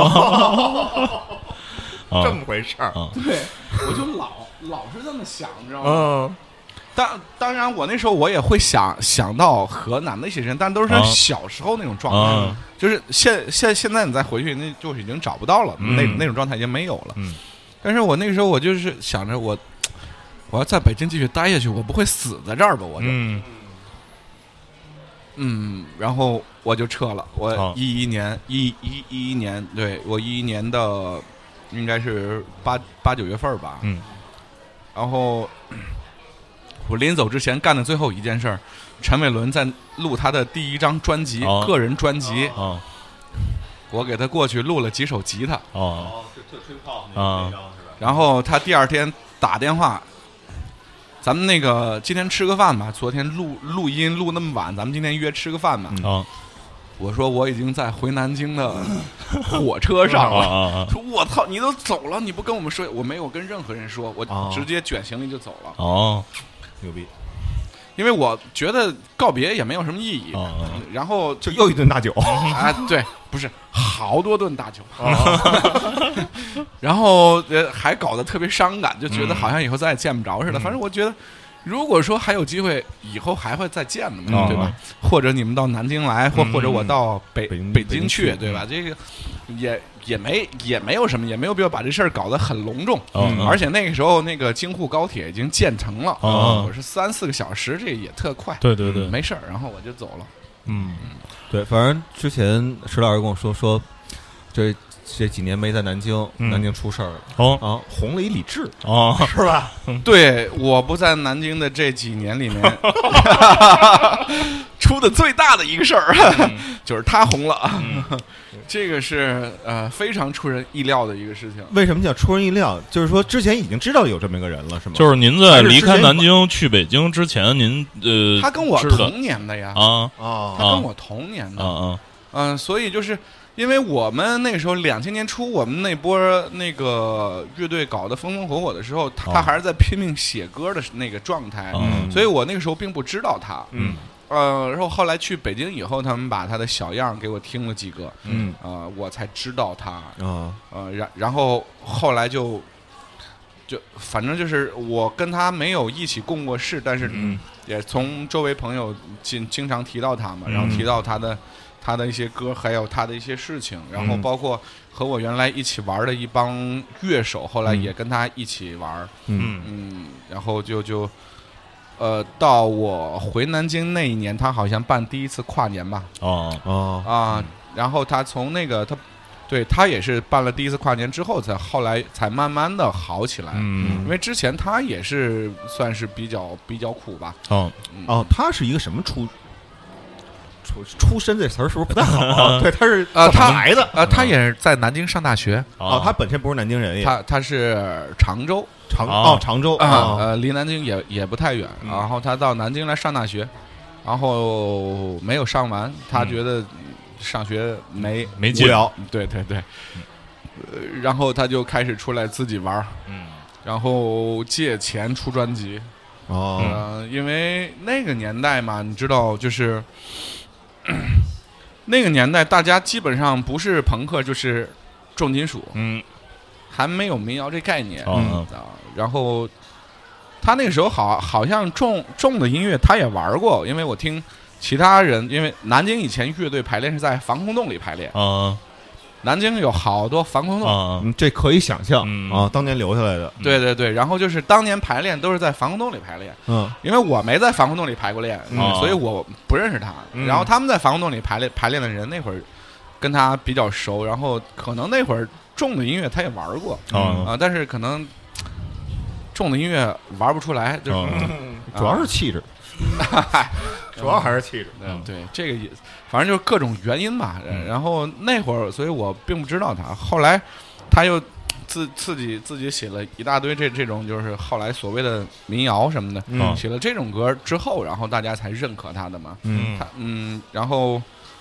这么回事儿。 对，我就老是这么想，你知道吗？当然，我那时候我也会想到河南那些人，但都是小时候那种状态。就是现在你再回去，那就是已经找不到了，那种状态已经没有了。但是我那个时候我就是想着我要在北京继续待下去，我不会死在这儿吧？我就然后我就撤了。我11年，对，我11年的应该是8、9月份吧。然后我临走之前干的最后一件事儿，陈伟伦在录他的第一张专辑，个人专辑。我给他过去录了几首吉他。 就吹泡那张是吧？ 然后他第二天打电话，咱们那个今天吃个饭吧。昨天录音录那么晚，咱们今天约吃个饭吧。我说我已经在回南京的火车上了。说我操，你都走了，你不跟我们说？我没有跟任何人说，我直接卷行李就走了。 牛逼！ 因为我觉得告别也没有什么意义。然后就又一顿大酒。 对，不是好多顿大酒。然后还搞得特别伤感，就觉得好像以后再也见不着似的。反正我觉得，如果说还有机会，以后还会再见的嘛，对吧？或者你们到南京来，或者我到北京去，对吧？这个也没有什么，也没有必要把这事儿搞得很隆重。而且那个时候那个京沪高铁已经建成了，我是3、4个小时，这也特快。 对， 没事儿，然后我就走了。 对，反正之前石老师跟我说这几年没在南京，南京出事儿了。红了一李志是吧？ 对，我不在南京的这几年里面，出的最大的一个事儿就是他红了。这个是非常出人意料的一个事情。 为什么叫出人意料？就是说之前已经知道有这么一个人了，是吗？ 就是您在离开南京去北京之前，您他跟我同年的呀。他跟我同年的。所以就是因为我们那个时候2000年初，我们那波那个乐队搞得风风火火的时候，他还是在拼命写歌的那个状态。所以我那个时候并不知道他。然后后来去北京以后，他们把他的小样给我听了几个，我才知道他。然后后来就就反正就是我跟他没有一起共过事，但是也从周围朋友经常提到他嘛，然后提到他的一些歌，还有他的一些事情，然后包括和我原来一起玩的一帮乐手，后来也跟他一起玩，然后就到我回南京那一年，他好像办第一次跨年吧，然后他从那个他也是办了第一次跨年之后，后来才慢慢的好起来，因为之前他也是算是比较苦吧， 他是一个什么出身这词儿是不是不太好？对，他是他来的他也是在南京上大学。 他本身不是南京人， 他是常州， 常州离南京也不太远。然后他到南京来上大学，然后没有上完，他觉得上学没无聊， 对，然后他就开始出来自己玩，然后借钱出专辑。因为那个年代嘛，你知道，就是那个年代，大家基本上不是朋克就是重金属，还没有民谣这概念，然后他那个时候好像重的音乐他也玩过，因为我听其他人，因为南京以前乐队排练是在防空洞里排练，南京有好多防空洞， 这可以想象当年留下来的。 对，然后就是当年排练都是在防空洞里排练，因为我没在防空洞里排过练，所以我不认识他。然后他们在防空洞里排练的人，那会儿跟他比较熟，然后可能那会儿重的音乐他也玩过，但是可能重的音乐玩不出来，就主要是气质。主要还是气质， 对，这个也反正就是各种原因吧。然后那会儿，所以我并不知道他。后来他又自己写了一大堆这种就是后来所谓的民谣什么的，写了这种歌之后，然后大家才认可他的嘛。然后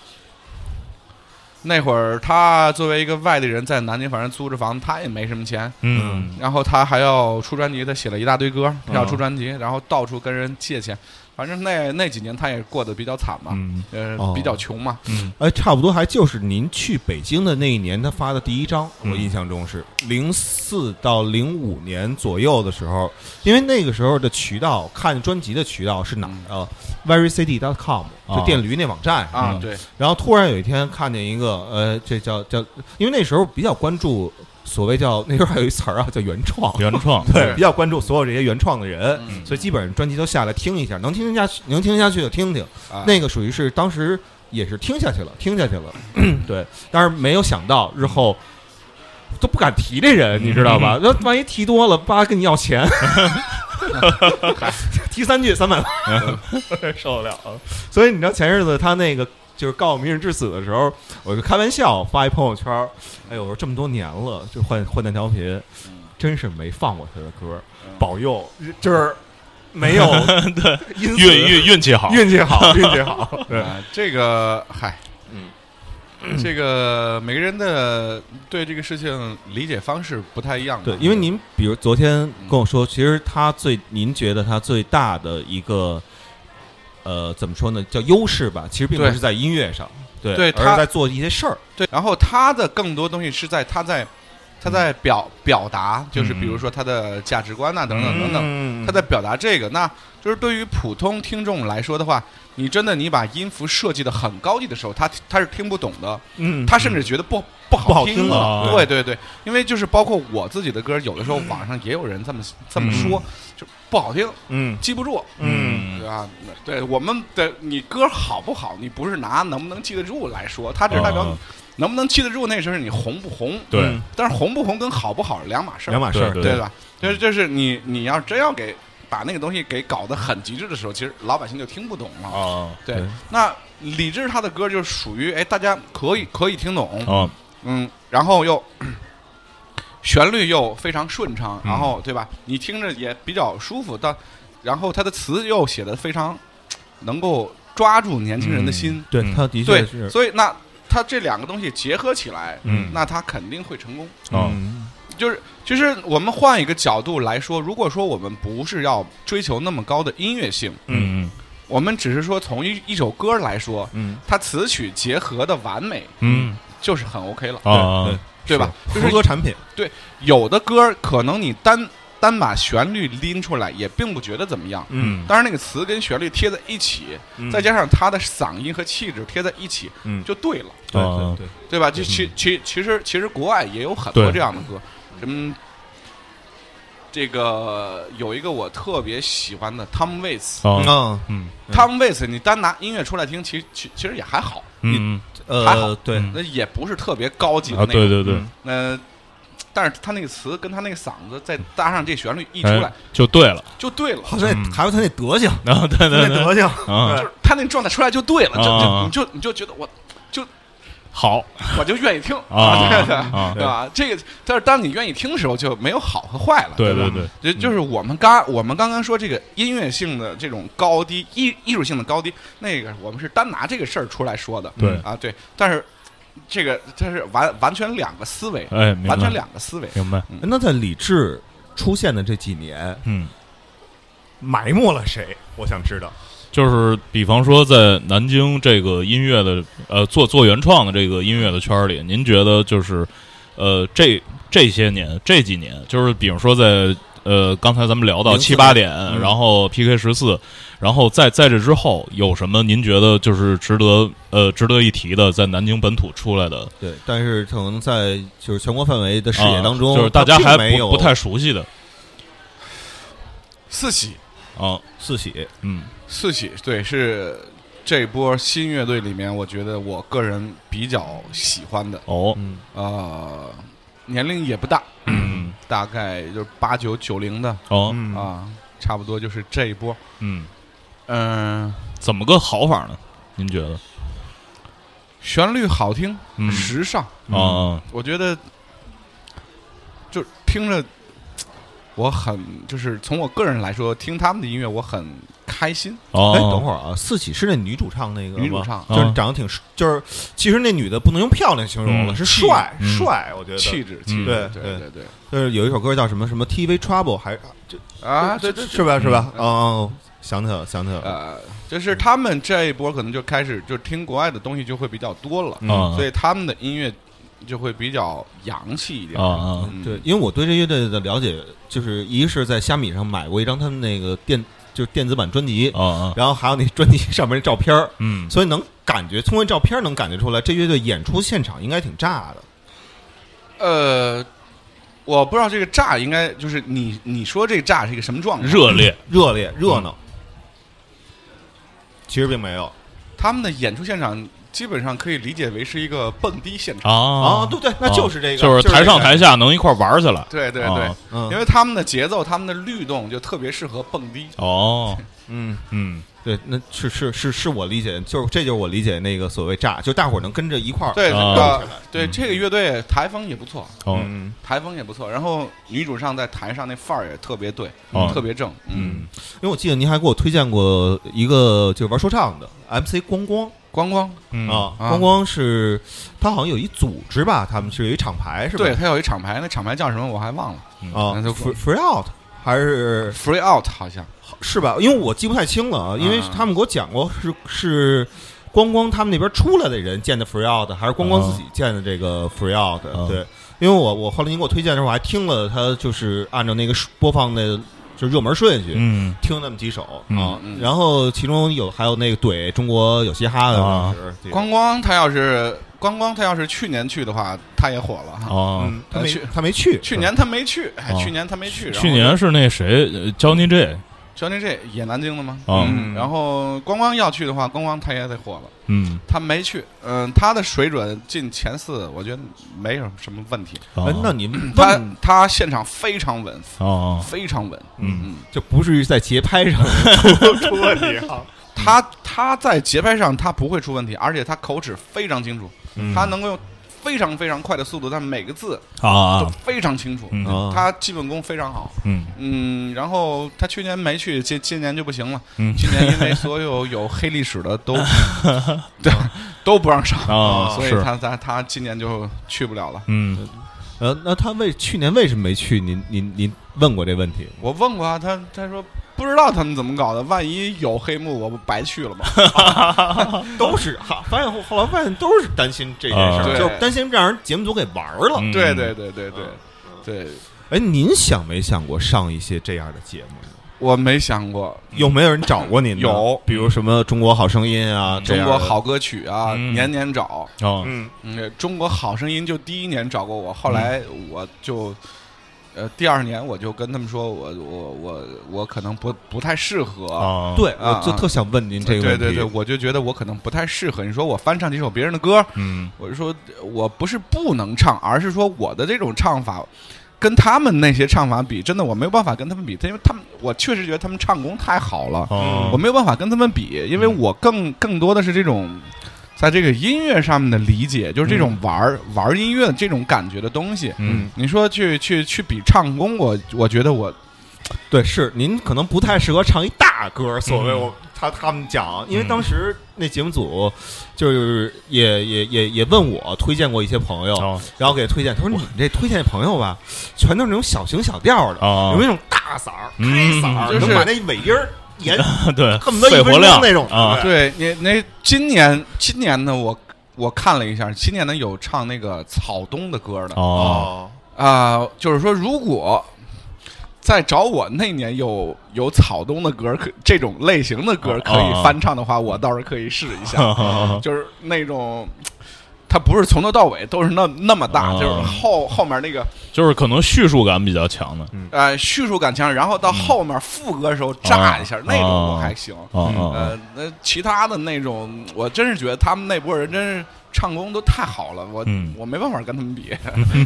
那会儿他作为一个外地人在南京，反正租着房子，他也没什么钱，然后他还要出专辑，他写了一大堆歌，他要出专辑，然后到处跟人借钱。反正那几年他也过得比较惨嘛，比较穷嘛。 差不多还就是您去北京的那一年，他发的第一张，我印象中是04到05年左右的时候，因为那个时候的渠道看专辑的渠道是哪？verycd.com 就电驴那网站对。 然后突然有一天看见一个这叫，因为那时候比较关注。所谓叫那时候还有一词儿叫原创，对，比较关注所有这些原创的人，所以基本上专辑都下来听一下，能听下去就听听。那个属于是当时也是听下去了，对，但是没有想到日后都不敢提这人，你知道吧？那万一提多了，爸跟你要钱，提3句300万，受得了。所以你知道前日子他那个。就是告我明日之死的时候，我就开玩笑发一朋友圈，哎呦，我说这么多年了，就换弹调频，真是没放过他的歌，保佑，就是没有对运气好， 对， 这个这个每个人的对这个事情理解方式不太一样。 对，因为您比如昨天跟我说，其实您觉得他最大的一个。怎么说呢？叫优势吧，其实并不是在音乐上，对，而是在做一些事儿。 对，然后他的更多东西是在他在表达，就是比如说他的价值观等等，他在表达这个。那就是对于普通听众来说的话，你把音符设计的很高级的时候，他是听不懂的，他甚至觉得不好听了。对，因为就是包括我自己的歌，有的时候网上也有人这么说，就不好听，记不住，对吧？对，我们的你歌好不好，你不是拿能不能记得住来说，它只是代表能不能记得住，那时候你红不红？ 对， 但是红不红跟好不好是两码事，对吧？就是你要真要把那个东西给搞得很极致的时候，其实老百姓就听不懂了。对，那李志他的歌就属于大家可以听懂，然后又旋律又非常顺畅，然后对吧？你听着也比较舒服，然后他的词又写得非常能够抓住年轻人的心。 对，他的确是。 所以那他这两个东西结合起来，那他肯定会成功。就是其实我们换一个角度来说，如果说我们不是要追求那么高的音乐性，我们只是说从一首歌来说，它词曲结合的完美，就是很 OK 了，对吧？ 合格产品。 对，有的歌可能你单把旋律拎出来也并不觉得怎么样，当然那个词跟旋律贴在一起，再加上他的嗓音和气质贴在一起，就对了，对吧？就其实国外也有很多这样的歌，这个有一个我特别喜欢的 Tom Waits，Tom Waits， 你单拿音乐出来听，其实也还好，还好， 对， 那也不是特别高级的那种， 对， 但是他那个词跟他那个嗓子，再搭上这旋律一出来， 就对了， 好像还有他那德行， 对， 那德行， 就是他那状态出来就对了，你就觉得我就好， 我就愿意听对吧？这个，但是当你愿意听的时候，就没有好和坏了， 对， 就是我们刚刚说这个音乐性的这种高低，艺术性的高低，那个我们是单拿这个事儿出来说的，对，但是。这个它是完全两个思维，完全两个思维。 明白。 那在李志出现的这几年，埋没了谁？我想知道。 就是比方说，在南京这个音乐的做原创的这个音乐的圈里，您觉得就是这些年这几年，就是比如说在刚才咱们聊到7、8点，然后 PK14，然后在这之后有什么您觉得就是值得一提的，在南京本土出来的？ 对，但是可能在就是全国范围的视野当中， 就是大家还不太熟悉的四喜四喜， 四喜，对，是这波新乐队里面，我觉得我个人比较喜欢的年龄也不大，大概就是8、9、90的差不多就是这一波， 怎么个好法呢？您觉得？ 旋律好听，时尚我觉得就听着，我很就是从我个人来说，听他们的音乐我很开心。 等会儿啊，四喜是那女主唱那个女主唱， 就是长得挺，就是其实那女的不能用漂亮形容了，是帅，我觉得气质， 对，就是有一首歌叫什么 TV Trouble， 还对，是吧？想起来了， 就是他们这一波可能就开始就听国外的东西就会比较多了，所以他们的音乐就会比较洋气一点对，因为我对这乐队的了解，就是一是在虾米上买过一张他们那个电子版专辑，然后还有那专辑上面的照片，所以能感觉通过照片能感觉出来，这乐队演出现场应该挺炸的。我不知道这个炸应该就是你说这个炸是一个什么状态？ 热烈、 热闹。其实并没有， 他们的演出现场基本上可以理解为是一个蹦迪现场对，那就是这个， 就是台上台下能一块玩起来。 对，因为他们的节奏、他们的律动就特别适合蹦迪。 对，那是我理解，这就是我理解那个所谓炸，就大伙儿能跟着一块儿对，这个乐队台风也不错，台风也不错。然后女主唱在台上那范儿也特别对，特别正， 因为我记得您还给我推荐过一个就是玩说唱的 MC 光光是他好像有一组织吧，他们是有一厂牌是吧？ 对，他有一厂牌，那厂牌叫什么我还忘了 Free Out 还是 Free Out 好像。 是吧？因为我记不太清了啊，因为他们给我讲过是光他们那边出来的人建的 Free Out， 还是光自己建的这个 Free Out？对，因为我后来您给我推荐的时候，我还听了他就是按照那个播放的就热门顺序，听那么几首然后其中还有那个怼中国有嘻哈的光他要是去年去的话，他也火了他没去， 去年他没去，去年他没去， 去年是那谁Johnny J。 Johnny J 也南京的吗？然后光要去的话，光他也得火了。他没去。他的水准进前4，我觉得没有什么问题。 那你他现场非常稳，非常稳。 就不至于在节拍上出问题啊。 他在节拍上他不会出问题，而且他口齿非常清楚，他能够用非常非常快的速度，但每个字都非常清楚，他基本功非常好。然后他去年没去，今年就不行了。今年因为所有黑历史的都不让上，所以他今年就去不了了。 那他去年为什么没去？您问过这问题？ 我问过啊，他说不知道他们怎么搞的，万一有黑幕，我不白去了吗？ 都是后来发现都是担心这件事，就是担心让人节目组给玩了。 对。 哎，您想没想过上一些这样的节目呢？ 我没想过。 有没有人找过您？ 有， 比如什么中国好声音啊， 中国好歌曲啊，年年找。中国好声音就第一年找过我，后来我就。第二年我就跟他们说，我可能不太适合。 对，我就特想问您这个问题。 对，我就觉得我可能不太适合。你说我翻唱几首别人的歌，我就说我不是不能唱，而是说我的这种唱法跟他们那些唱法比，真的我没有办法跟他们比，因为他们我确实觉得他们唱功太好了，我没有办法跟他们比，因为我更多的是这种。在这个音乐上面的理解，就是这种玩音乐的这种感觉的东西。你说去比唱功，我觉得对，是您可能不太适合唱一大歌。所谓他们讲，因为当时那节目组就是也问我推荐过一些朋友，然后给推荐，他说你这推荐的朋友吧，全都是那种小型小调的，有那种大嗓儿、开嗓儿，能把那尾音儿。 对， 恨不得1分钟那种啊！ 对你那今年呢，我看了一下，今年呢有唱那个草东的歌的就是说如果再找我那年有草东的歌，这种类型的歌可以翻唱的话，我倒是可以试一下，就是那种。它不是从头到尾都是那么大，就是后面那个， 就是可能叙述感比较强的， 叙述感强，然后到后面副歌的时候炸一下，那种我还行，那其他的那种，我真是觉得他们那波人真是唱功都太好了，我没办法跟他们比。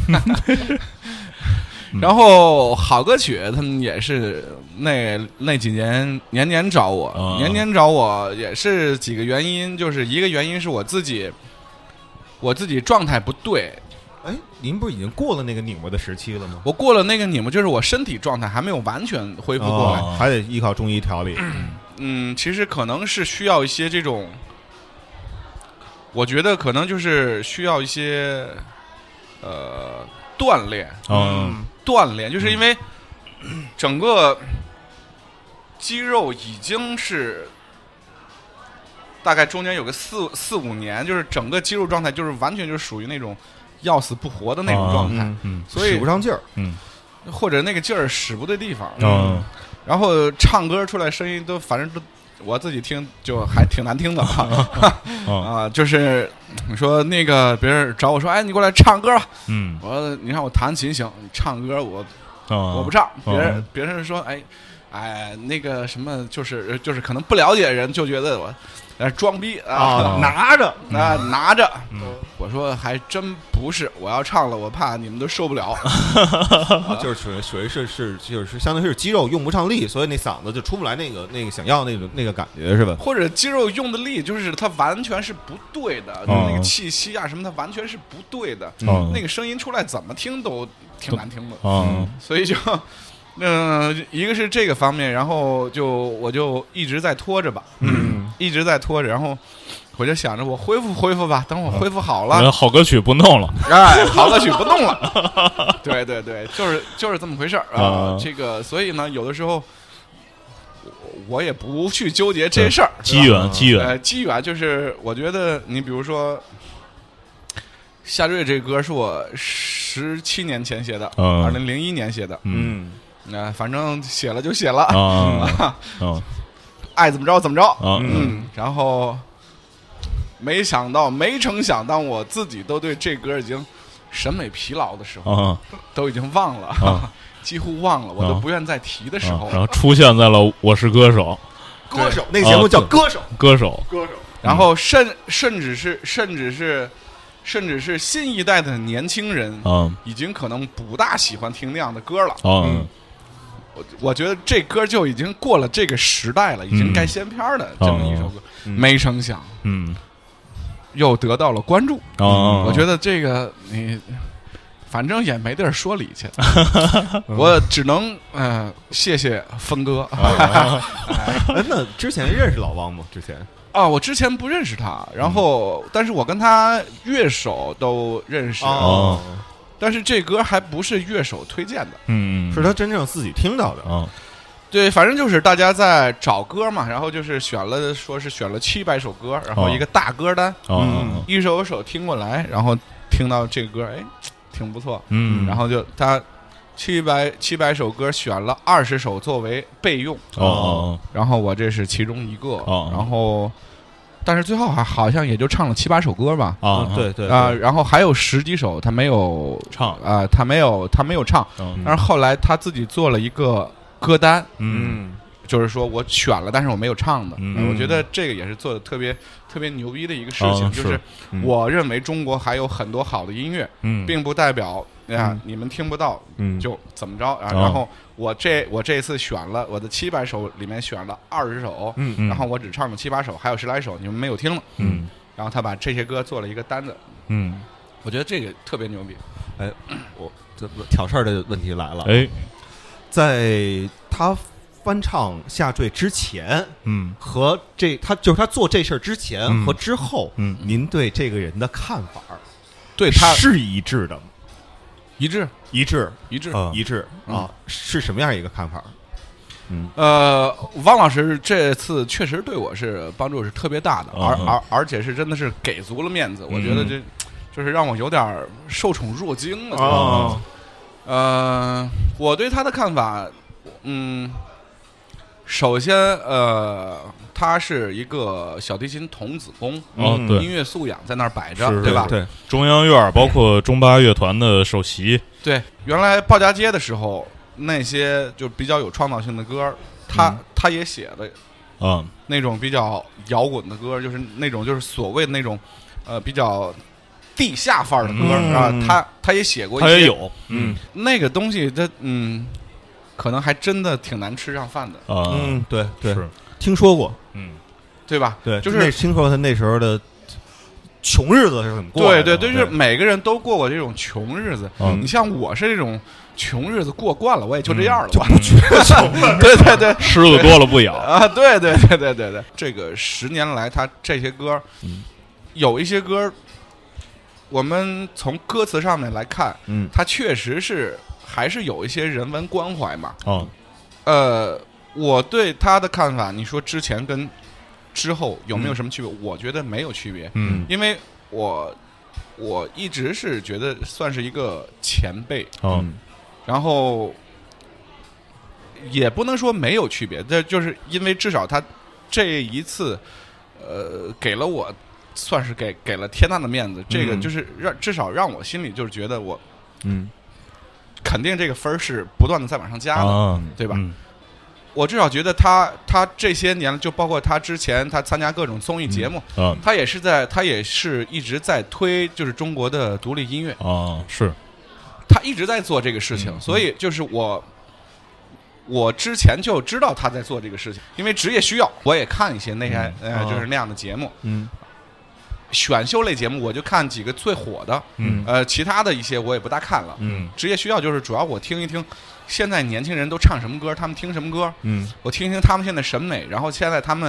然后好歌曲，他们也是那几年年年找我，年年找我也是几个原因，就是一个原因是我自己状态不对。 哎，您不是已经过了那个拧巴的时期了吗？ 我过了那个拧巴，就是我身体状态还没有完全恢复过来， 还得依靠中医调理。 其实可能是需要一些这种，我觉得可能就是需要一些锻炼。锻炼，就是因为整个肌肉已经是。大概中间有个4、5年，就是整个肌肉状态就是完全就是属于那种要死不活的那种状态，所以使不上劲儿， 或者那个劲儿使不对地方，然后唱歌出来声音都反正都我自己听就还挺难听的就是你说那个别人找我说，哎，你过来唱歌吧，我说你看我弹琴行，唱歌我不唱，别人说哎那个什么就是可能不了解的人就觉得我。装逼拿着， 我说还真不是，我要唱了，我怕你们都受不了。 就是属于是就是相当于是肌肉用不上力，所以那嗓子就出不来那个想要那个感觉是吧？ 或者肌肉用的力，就是它完全是不对的，就是那个气息啊什么，它完全是不对的，那个声音出来怎么听都挺难听的。所以就。一个是这个方面，然后我就一直在拖着吧，一直在拖着，然后我就想着我恢复吧，等我恢复好了， 好歌曲不弄了， 好歌曲不弄了，对，就是这么回事啊。这个，所以呢，有的时候我也不去纠结这事儿， 机缘就是我觉得你比如说。夏瑞这歌是我17年前写的，2001年写的，反正写了就写了，爱怎么着怎么着，然后没成想，当我自己都对这歌已经审美疲劳的时候，都已经忘了，几乎忘了，我都不愿再提的时候， 然后出现在了《我是歌手》， 那个节目叫歌手， 然后甚至是新一代的年轻人，已经可能不大喜欢听那样的歌了。我觉得这歌就已经过了这个时代了，已经该掀篇的这么一首歌。没成想，又得到了关注。我觉得这个你反正也没地儿说理去，我只能谢谢峰哥。 那之前认识老汪吗？之前？ 我之前不认识他，然后但是我跟他乐手都认识，但是这歌还不是乐手推荐的， 是他真正自己听到的。 对，反正就是大家在找歌嘛，然后就是选了700首歌，然后一个大歌单，一首首听过来，然后听到这歌，挺不错，然后就他 700首歌选了20首作为备用然后我这是其中一个然后但是最后好像也就唱了7-8首歌吧对然后还有10几首他没有唱他没有唱但是后来他自己做了一个歌单就是说我选了但是我没有唱的我觉得这个也是做的特别特别牛逼的一个事情就是我认为中国还有很多好的音乐并不代表你们听不到就怎么着然后我这次选了我的700首里面选了20首然后我只唱了7-8首还有10来首你们没有听了然后他把这些歌做了一个单子我觉得这个特别牛逼我这挑事儿的问题来了在他翻唱下坠之前和他做这事儿之前和之后您对这个人的看法对他是一致的一致是什么样一个看法汪老师这次确实对我是帮助是特别大的而且是真的是给足了面子我觉得这就是让我有点受宠若惊了我对他的看法首先他是一个小提琴童子功对音乐素养在那儿摆着对吧对中央院包括中巴乐团的首席对原来鲍家街的时候那些就比较有创造性的歌他也写了那种比较摇滚的歌就是那种就是所谓的那种比较地下范儿的歌他也写过一些他也有那个东西他可能还真的挺难吃上饭的对是听说过对吧对就是听说他那时候的穷日子是怎么过的对就是每个人都过过这种穷日子你像我是这种穷日子过惯了我也就这样了就不觉得穷了对狮子多了不咬对这个10年来他这些歌有一些歌我们从歌词上面来看他确实是还是有一些人文关怀嘛我对他的看法你说之前跟之后有没有什么区别我觉得没有区别因为我一直是觉得算是一个前辈然后也不能说没有区别这就是因为至少他这一次给了我算是给了天大的面子这个就是至少让我心里就是觉得我肯定这个分是不断的在往上加的对吧我至少觉得他这些年就包括他之前他参加各种综艺节目他也是一直在推就是中国的独立音乐是他一直在做这个事情所以就是我之前就知道他在做这个事情因为职业需要我也看一些那些就是那样的节目选秀类节目我就看几个最火的其他的一些我也不大看了职业需要就是主要我听一听现在年轻人都唱什么歌他们听什么歌我听一听他们现在审美然后现在他们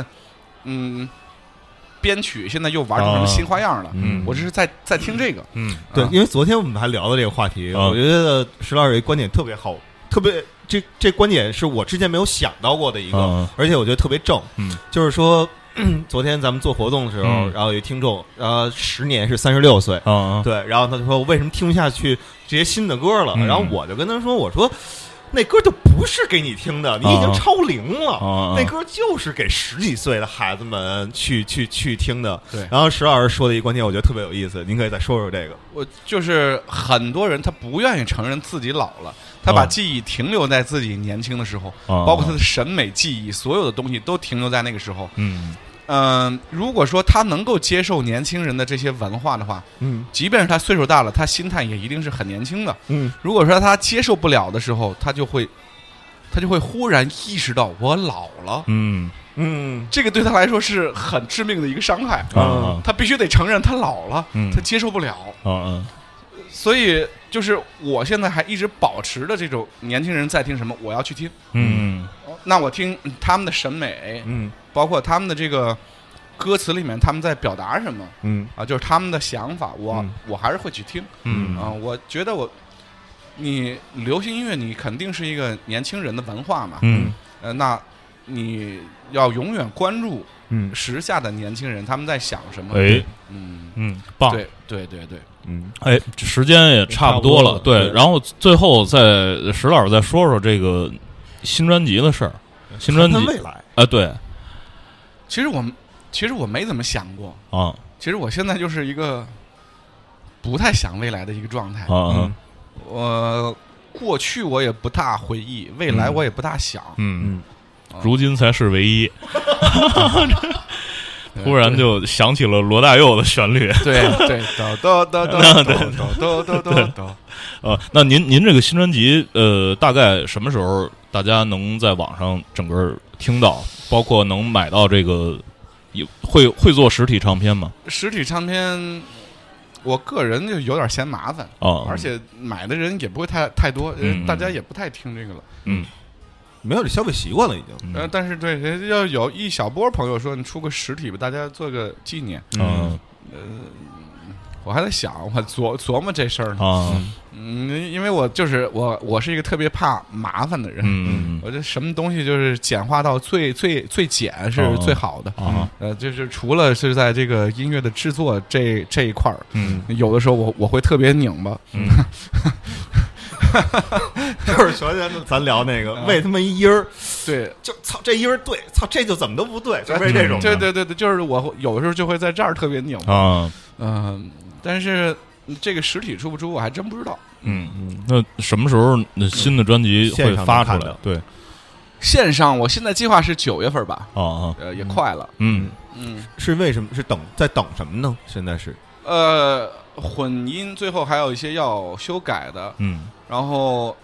编曲现在又玩出什么新花样了我这是在听这个对因为昨天我们还聊了这个话题我觉得石老师有一观点特别好特别这观点是我之前没有想到过的一个而且我觉得特别正就是说昨天咱们做活动的时候然后有一听众10年是36岁对然后他就说为什么听不下去这些新的歌了然后我就跟他说我说那歌就不是给你听的你已经超龄了那歌就是给10几岁的孩子们去听的对然后石老师说的一个观点我觉得特别有意思您可以再说说这个我就是很多人他不愿意承认自己老了他把记忆停留在自己年轻的时候包括他的审美记忆所有的东西都停留在那个时候如果说他能够接受年轻人的这些文化的话即便是他岁数大了他心态也一定是很年轻的如果说他接受不了的时候他就会忽然意识到我老了这个对他来说是很致命的一个伤害他必须得承认他老了他接受不了所以就是我现在还一直保持的这种年轻人在听什么我要去听那我听他们的审美包括他们的这个歌词里面他们在表达什么就是他们的想法我还是会去听我觉得你流行音乐你肯定是一个年轻人的文化嘛那你要永远关注时下的年轻人他们在想什么。 棒， 对， 时间也差不多了，对。然后最后石老师再说说这个新专辑的事儿。新专辑未来对。 其实我没怎么想过啊。 其实我现在就是一个不太想未来的一个状态我过去我也不大回忆，未来我也不大想。 如今才是唯一。突然就想起了罗大佑的旋律。 对， 那您这个新专辑大概什么时候大家能在网上整个听到？包括能买到这个会做实体唱片吗？ 实体唱片我个人就有点嫌麻烦而且买的人也不会太多，大家也不太听这个了。 没有这消费习惯了已经。 但是对，要有一小波朋友说你出个实体吧，大家做个纪念。我还在想，我琢磨这事儿呢。因为我是一个特别怕麻烦的人。我觉得什么东西就是简化到最简是最好的。就是除了是在这个音乐的制作这一块儿，有的时候我会特别拧巴。 就是昨天咱聊那个为他们一音儿， 对， 就操这音儿对，操这就怎么都不对，就是这种。 对，就是我有的时候就会在这儿特别拧巴。但是这个实体出不出我还真不知道。 那什么时候新的专辑会发出来？对， 线上我现在计划是9月份吧。也快了。 是为什么？是在等什么呢？现在是混音最后还有一些要修改的。然后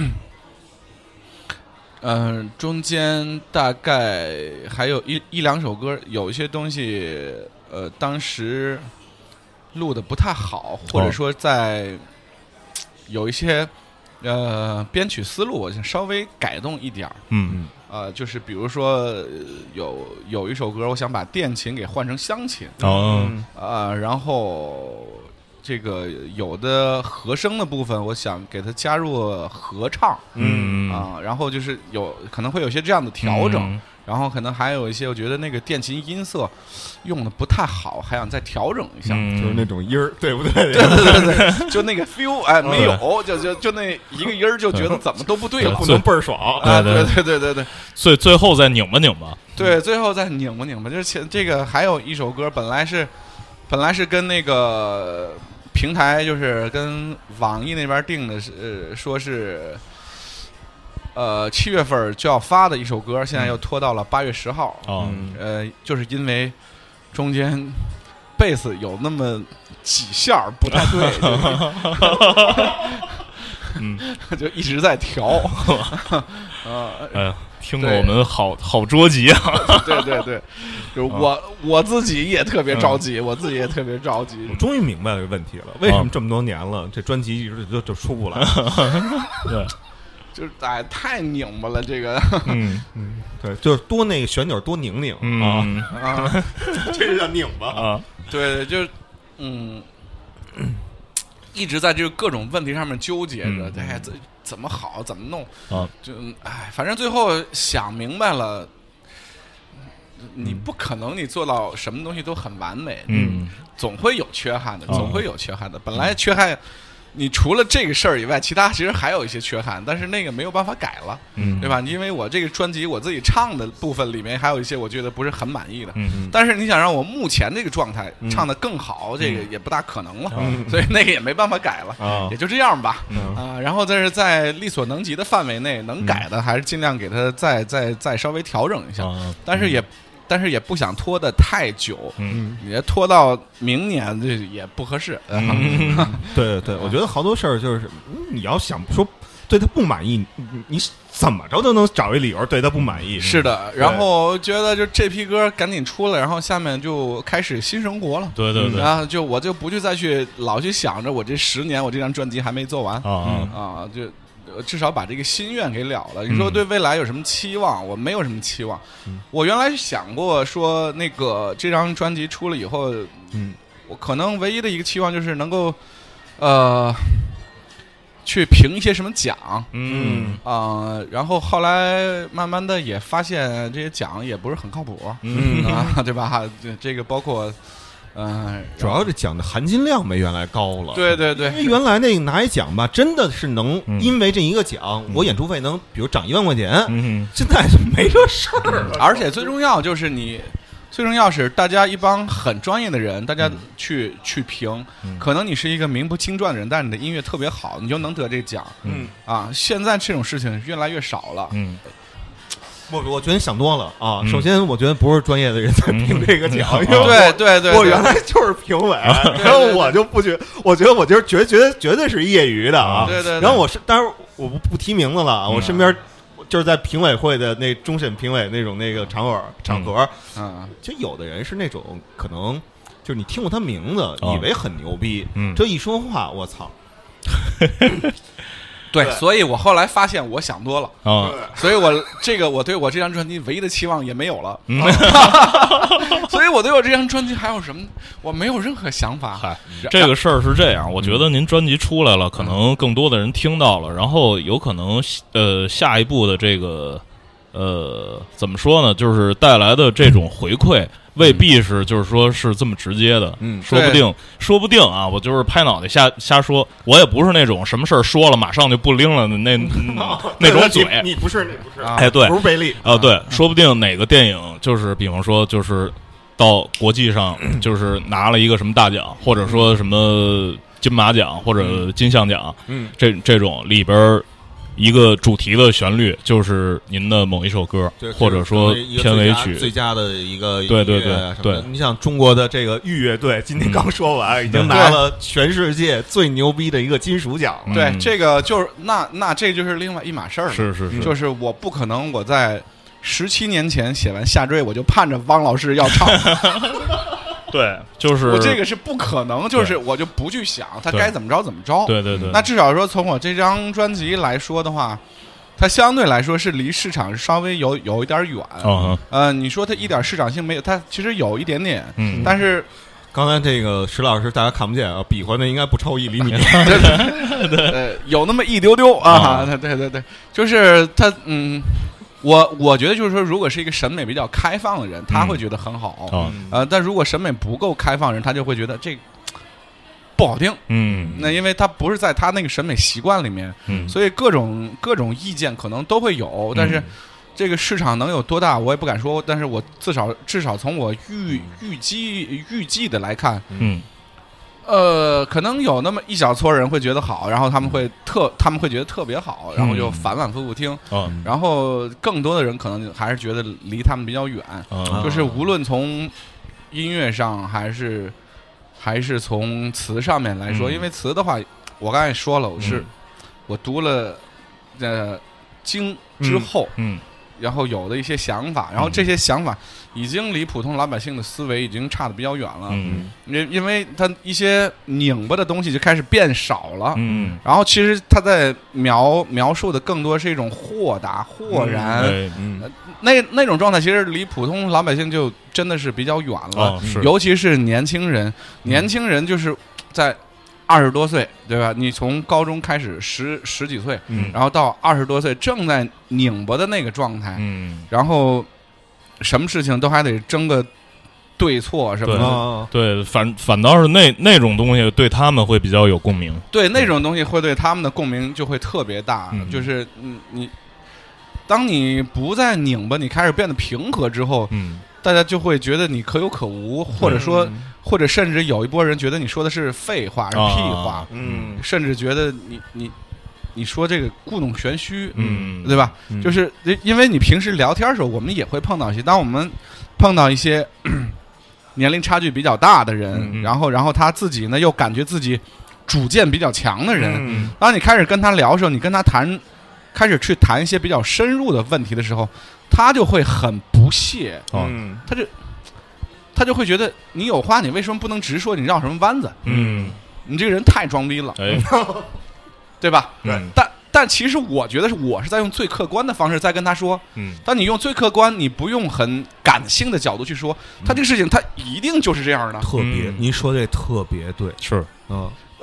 中间大概还有一两首歌，有一些东西当时录的不太好，或者说在有一些编曲思路我想稍微改动一点。就是比如说有一首歌我想把电琴给换成乡琴。然后这个有的和声的部分我想给它加入合唱。然后就是可能会有些这样的调整。然后可能还有一些我觉得那个电琴音色用的不太好，还想再调整一下。 就是那种音儿，对不对？ 对，就那个 feel 没有，就那一个音儿就觉得怎么都不对了， 不能倍儿爽。 对， 最后再拧巴拧巴。 对，最后再拧巴拧巴。就是这个还有一首歌本来是跟那个平台就是跟网易那边定的是说是7月份就要发的一首歌，现在又拖到了8月10号。就是因为中间贝斯有那么几下不太对。就一直在调。 听得我们好着急啊。 对，就我自己也特别着急，我终于明白了这个问题了，为什么这么多年了这专辑一直就出不来？ 对。 就是太拧巴了，这个。 对，就是多那个旋钮多拧拧这是叫拧巴对，就是一直在这个各种问题上面纠结着，怎么好怎么弄就反正最后想明白了，你不可能你做到什么东西都很完美。总会有缺憾的，本来缺憾。你除了这个事儿以外，其他其实还有一些缺憾，但是那个没有办法改了，对吧？因为我这个专辑我自己唱的部分里面还有一些我觉得不是很满意的，但是你想让我目前这个状态唱得更好，这个也不大可能了，所以那个也没办法改了，也就这样吧。然后但是在力所能及的范围内，能改的还是尽量给它再稍微调整一下，但是也不想拖得太久，也拖到明年这也不合适。 对，我觉得好多事儿就是你要想说对他不满意，你怎么着都能找一理由对他不满意。 是的，然后觉得就这批歌赶紧出了，然后下面就开始新生活了。 对， 然后我就不去再去老去想着我这10年我这张专辑还没做完就。至少把这个心愿给了了。你说对未来有什么期望？我没有什么期望。我原来想过说，那个这张专辑出了以后，我可能唯一的一个期望就是能够， 去评一些什么奖，然后后来慢慢的也发现这些奖也不是很靠谱，对吧？这个包括。 主要是奖的含金量没原来高了。 对对对， 因为原来那个拿一奖吧，真的是能因为这一个奖，我演出费能比如涨1万块钱。现在没这事儿了。 而且最重要就是最重要是大家一帮很专业的人，大家去评，可能你是一个名不经传的人，但是你的音乐特别好，你就能得这个奖。现在这种事情越来越少了。 我觉得你想多了啊！首先，我觉得不是专业的人在评这个奖， 对， 我原来就是评委，然后我就不觉，我觉得我就是绝对是业余的啊。 对。 然后当然我不提名字了啊，我身边就是在评委会的那终审评委那个场合，其实有的人是那种可能就是你听过他名字，以为很牛逼，这一说话，我操！ 对，所以我后来发现我想多了所以我对我这张专辑唯一的期望也没有了，所以我对我这张专辑还有什么？我没有任何想法。 这个事儿是这样，我觉得您专辑出来了，可能更多的人听到了，然后有可能下一步的这个怎么说呢，就是带来的这种回馈。未必是，就是说是这么直接的，说不定啊，我就是拍脑袋瞎说，我也不是那种什么事儿说了马上就不灵了的那种嘴， 你不是， 哎，对， 不是贝利啊，对，说不定哪个电影就是比方说就是到国际上就是拿了一个什么大奖，或者说什么金马奖或者金像奖，这种里边。一个主题的旋律就是您的某一首歌，或者说片尾曲， 最佳的一个对。 你想中国的这个豫乐队，今天刚说完，已经拿了全世界最牛逼的一个金属奖了。 对，这个就是那这就是另外一码事儿了。 是， 就是我不可能我在17年前写完下坠，我就盼着汪老师要唱。 对，就是我这个是不可能，就是我就不去想他该怎么着怎么着。 对。 那至少说从我这张专辑来说的话，它相对来说是离市场稍微有一点远。你说它一点市场性没有，它其实有一点点。但是刚才这个石老师大家看不见啊，比划的应该不超1厘米。 对，有那么一丢丢啊。对，就是他我觉得就是说，如果是一个审美比较开放的人，他会觉得很好。但如果审美不够开放的人，他就会觉得这不好听。那因为他不是在他那个审美习惯里面，所以各种意见可能都会有。但是这个市场能有多大，我也不敢说。但是我至少从我预计的来看，可能有那么一小撮人会觉得好，然后他们会觉得特别好，然后就反反复复听。然后更多的人可能还是觉得离他们比较远。就是无论从音乐上还是从词上面来说，因为词的话，我刚才也说了，我读了经之后，然后有的一些想法，然后这些想法已经离普通老百姓的思维已经差得比较远了。因为他一些拧巴的东西就开始变少了。然后其实他在描述的更多是一种豁达豁然。那种状态其实离普通老百姓就真的是比较远了。尤其是年轻人就是在20多岁，对吧？你从高中开始十几岁，然后到20多岁，正在拧巴的那个状态，然后什么事情都还得争个对错什么的。 对，反倒是那种东西对他们会比较有共鸣。 对，那种东西会对他们的共鸣就会特别大。就是你当你不再拧巴，你开始变得平和之后，大家就会觉得你可有可无，或者说，或者甚至有一波人觉得你说的是废话，是屁话，甚至觉得你说这个故弄玄虚，对吧？就是因为你平时聊天的时候，我们也会碰到一些，当我们碰到一些年龄差距比较大的人，然后他自己呢又感觉自己主见比较强的人，当你开始跟他聊的时候，你跟他开始去谈一些比较深入的问题的时候，他就会很不屑，他就会觉得你有话你为什么不能直说，你绕什么弯子？你这个人太装逼了，对吧？但其实我觉得我是在用最客观的方式在跟他说。当你用最客观，你不用很感性的角度去说，他这个事情他一定就是这样的。 特别，您说这特别对， 是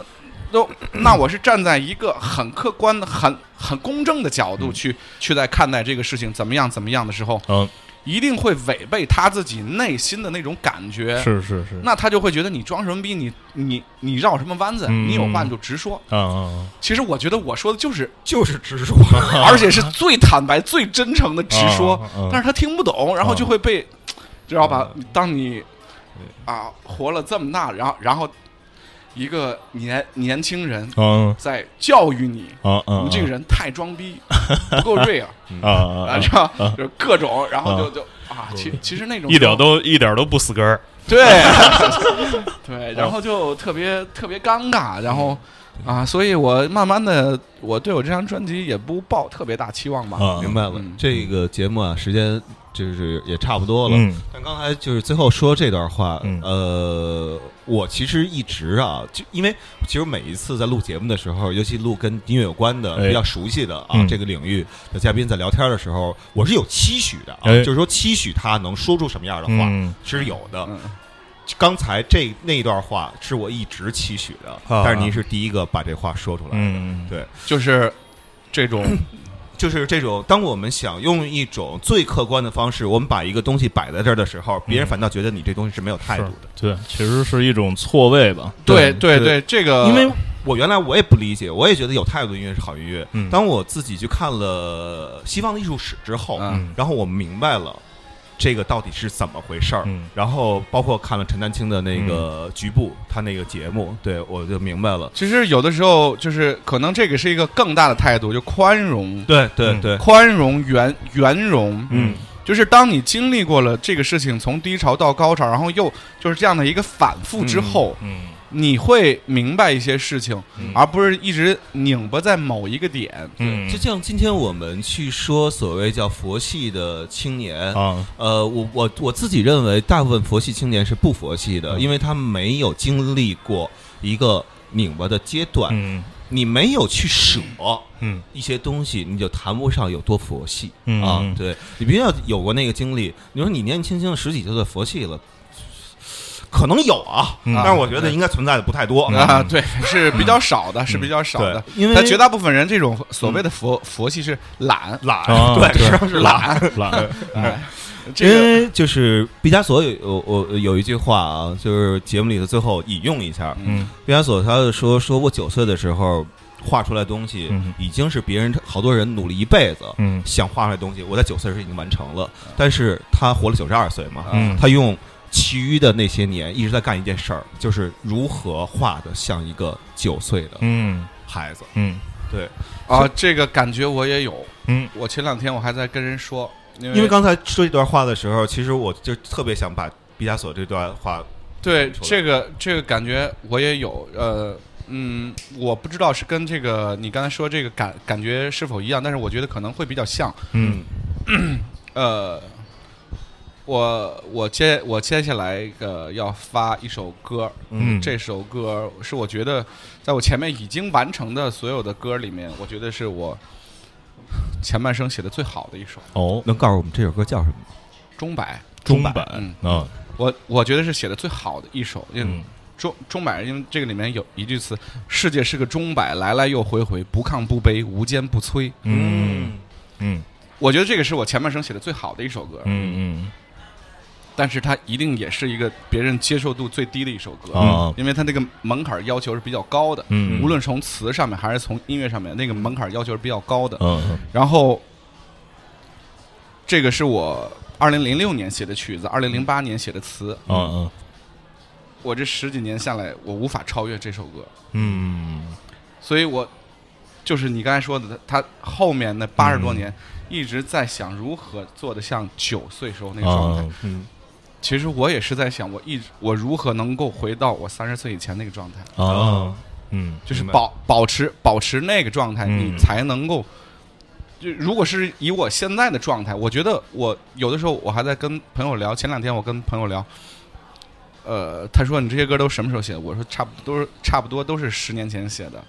那我是站在一个很客观的、很公正的角度去在看待这个事情怎么样的时候，一定会违背他自己内心的那种感觉。 是， 那他就会觉得你装什么逼，你绕什么弯子，你有话你就直说。其实我觉得我说的就是直说， 而且是最坦白、最真诚的直说。但是他听不懂，然后就会被，知道吧？当你活了这么大，然后一个年轻人在教育你，你这个人太装逼，不够 real 知道就是各种，然后就其实那种一点都不死根儿， 对对，然后就特别尴尬，然后所以我慢慢的，我对我这张专辑也不抱特别大期望吧。 明白了，这个节目时间就是也差不多了。但刚才就是最后说这段话，我其实一直就因为其实每一次在录节目的时候，尤其录跟音乐有关的、比较熟悉的这个领域的嘉宾在聊天的时候，我是有期许的就是说期许他能说出什么样的话，是有的。刚才那一段话是我一直期许的，但是您是第一个把这话说出来的。对， 就是这种。 就是这种，当我们想用一种最客观的方式，我们把一个东西摆在这儿的时候，别人反倒觉得你这东西是没有态度的。 对，其实是一种错位吧。 对，这个， 因为我原来我也不理解，我也觉得有态度的音乐是好音乐。当我自己去看了西方的艺术史之后，然后我明白了这个到底是怎么回事儿，然后包括看了陈丹青的那个局部，他那个节目，对我就明白了。 其实有的时候就是可能这个是一个更大的态度，就宽容， 对， 宽容圆融，就是当你经历过了这个事情从低潮到高潮，然后又就是这样的一个反复之后，你会明白一些事情，而不是一直拧巴在某一个点。 就像今天我们去说所谓叫佛系的青年，我自己认为大部分佛系青年是不佛系的，因为他没有经历过一个拧巴的阶段。你没有去舍一些东西，你就谈不上有多佛系对，你必须要有过那个经历。你说你年轻轻10几就佛系了，可能有但是我觉得应该存在的不太多对，是比较少的，是比较少的。 因为他绝大部分人这种所谓的佛系是懒， 对，实际上是懒。因为就是毕加索有一句话就是节目里的最后引用一下。毕加索他就说我9岁的时候画出来的东西，已经是别人好多人努力一辈子想画出来的东西，我在9岁时已经完成了。但是他活了92岁嘛，他用其余的那些年一直在干一件事儿，就是如何画的像一个9岁的孩子。对这个感觉我也有。我前2天我还在跟人说。 因为刚才说这段话的时候，其实我就特别想把毕加索这段话， 对这个感觉我也有。我不知道是跟这个你刚才说这个感觉是否一样，但是我觉得可能会比较像。我接下来要发一首歌，这首歌是我觉得在我前面已经完成的所有的歌里面，我觉得是我前半生写的最好的一首。 能告诉我们这首歌叫什么吗？ 钟摆。我觉得是写的最好的一首。钟摆，因为这个里面有一句词：世界是个钟摆，来来又回回，不亢不卑，无坚不摧。我觉得这个是我前半生写的最好的一首歌。但是它一定也是一个别人接受度最低的一首歌，因为它那个门槛要求是比较高的，无论从词上面还是从音乐上面，那个门槛要求是比较高的。然后这个是我2006年写的曲子，2008年写的词。我这10几年下来，我无法超越这首歌。所以我就是你刚才说的，他后面那80多年一直在想如何做得像9岁时候那个状态。其实我也是在想，我如何能够回到我30岁以前那个状态。就是保持那个状态，你才能够。就如果是以我现在的状态，我觉得我有的时候我还在跟朋友聊。前2天我跟朋友聊，他说你这些歌都什么时候写的？我说差不多都是10年前写的。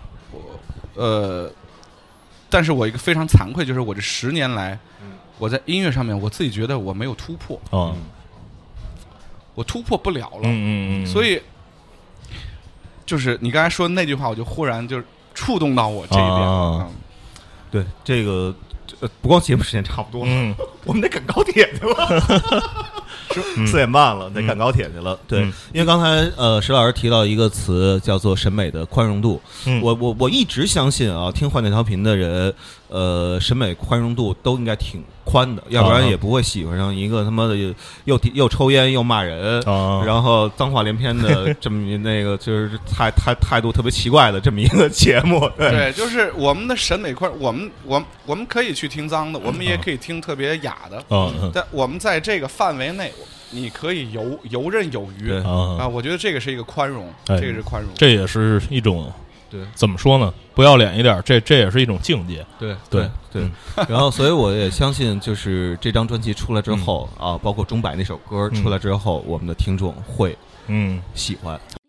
但是我一个非常惭愧，就是我这10年来，我在音乐上面我自己觉得我没有突破。我突破不了了。所以就是你刚才说的那句话，我就忽然就触动到我这一点了。 对，这个不光节目时间差不多了，我们得赶高铁去了。4点半了，得赶高铁去了。对，因为刚才石老师提到一个词叫做审美的宽容度。我一直相信啊，听换电调频的人，审美宽容度都应该挺宽的，要不然也不会喜欢上一个他妈的又抽烟又骂人，然后脏话连篇的这么那个就是态度特别奇怪的这么一个节目。 对，就是我们的审美宽，我们可以去听脏的，我们也可以听特别雅的，但我们在这个范围内。你可以游刃有余啊！我觉得这个是一个宽容，这个是宽容， 这也是一种怎么说呢？不要脸一点，这也是一种境界。 对。然后，所以我也相信，就是这张专辑出来之后啊，包括钟摆那首歌出来之后，我们的听众会喜欢。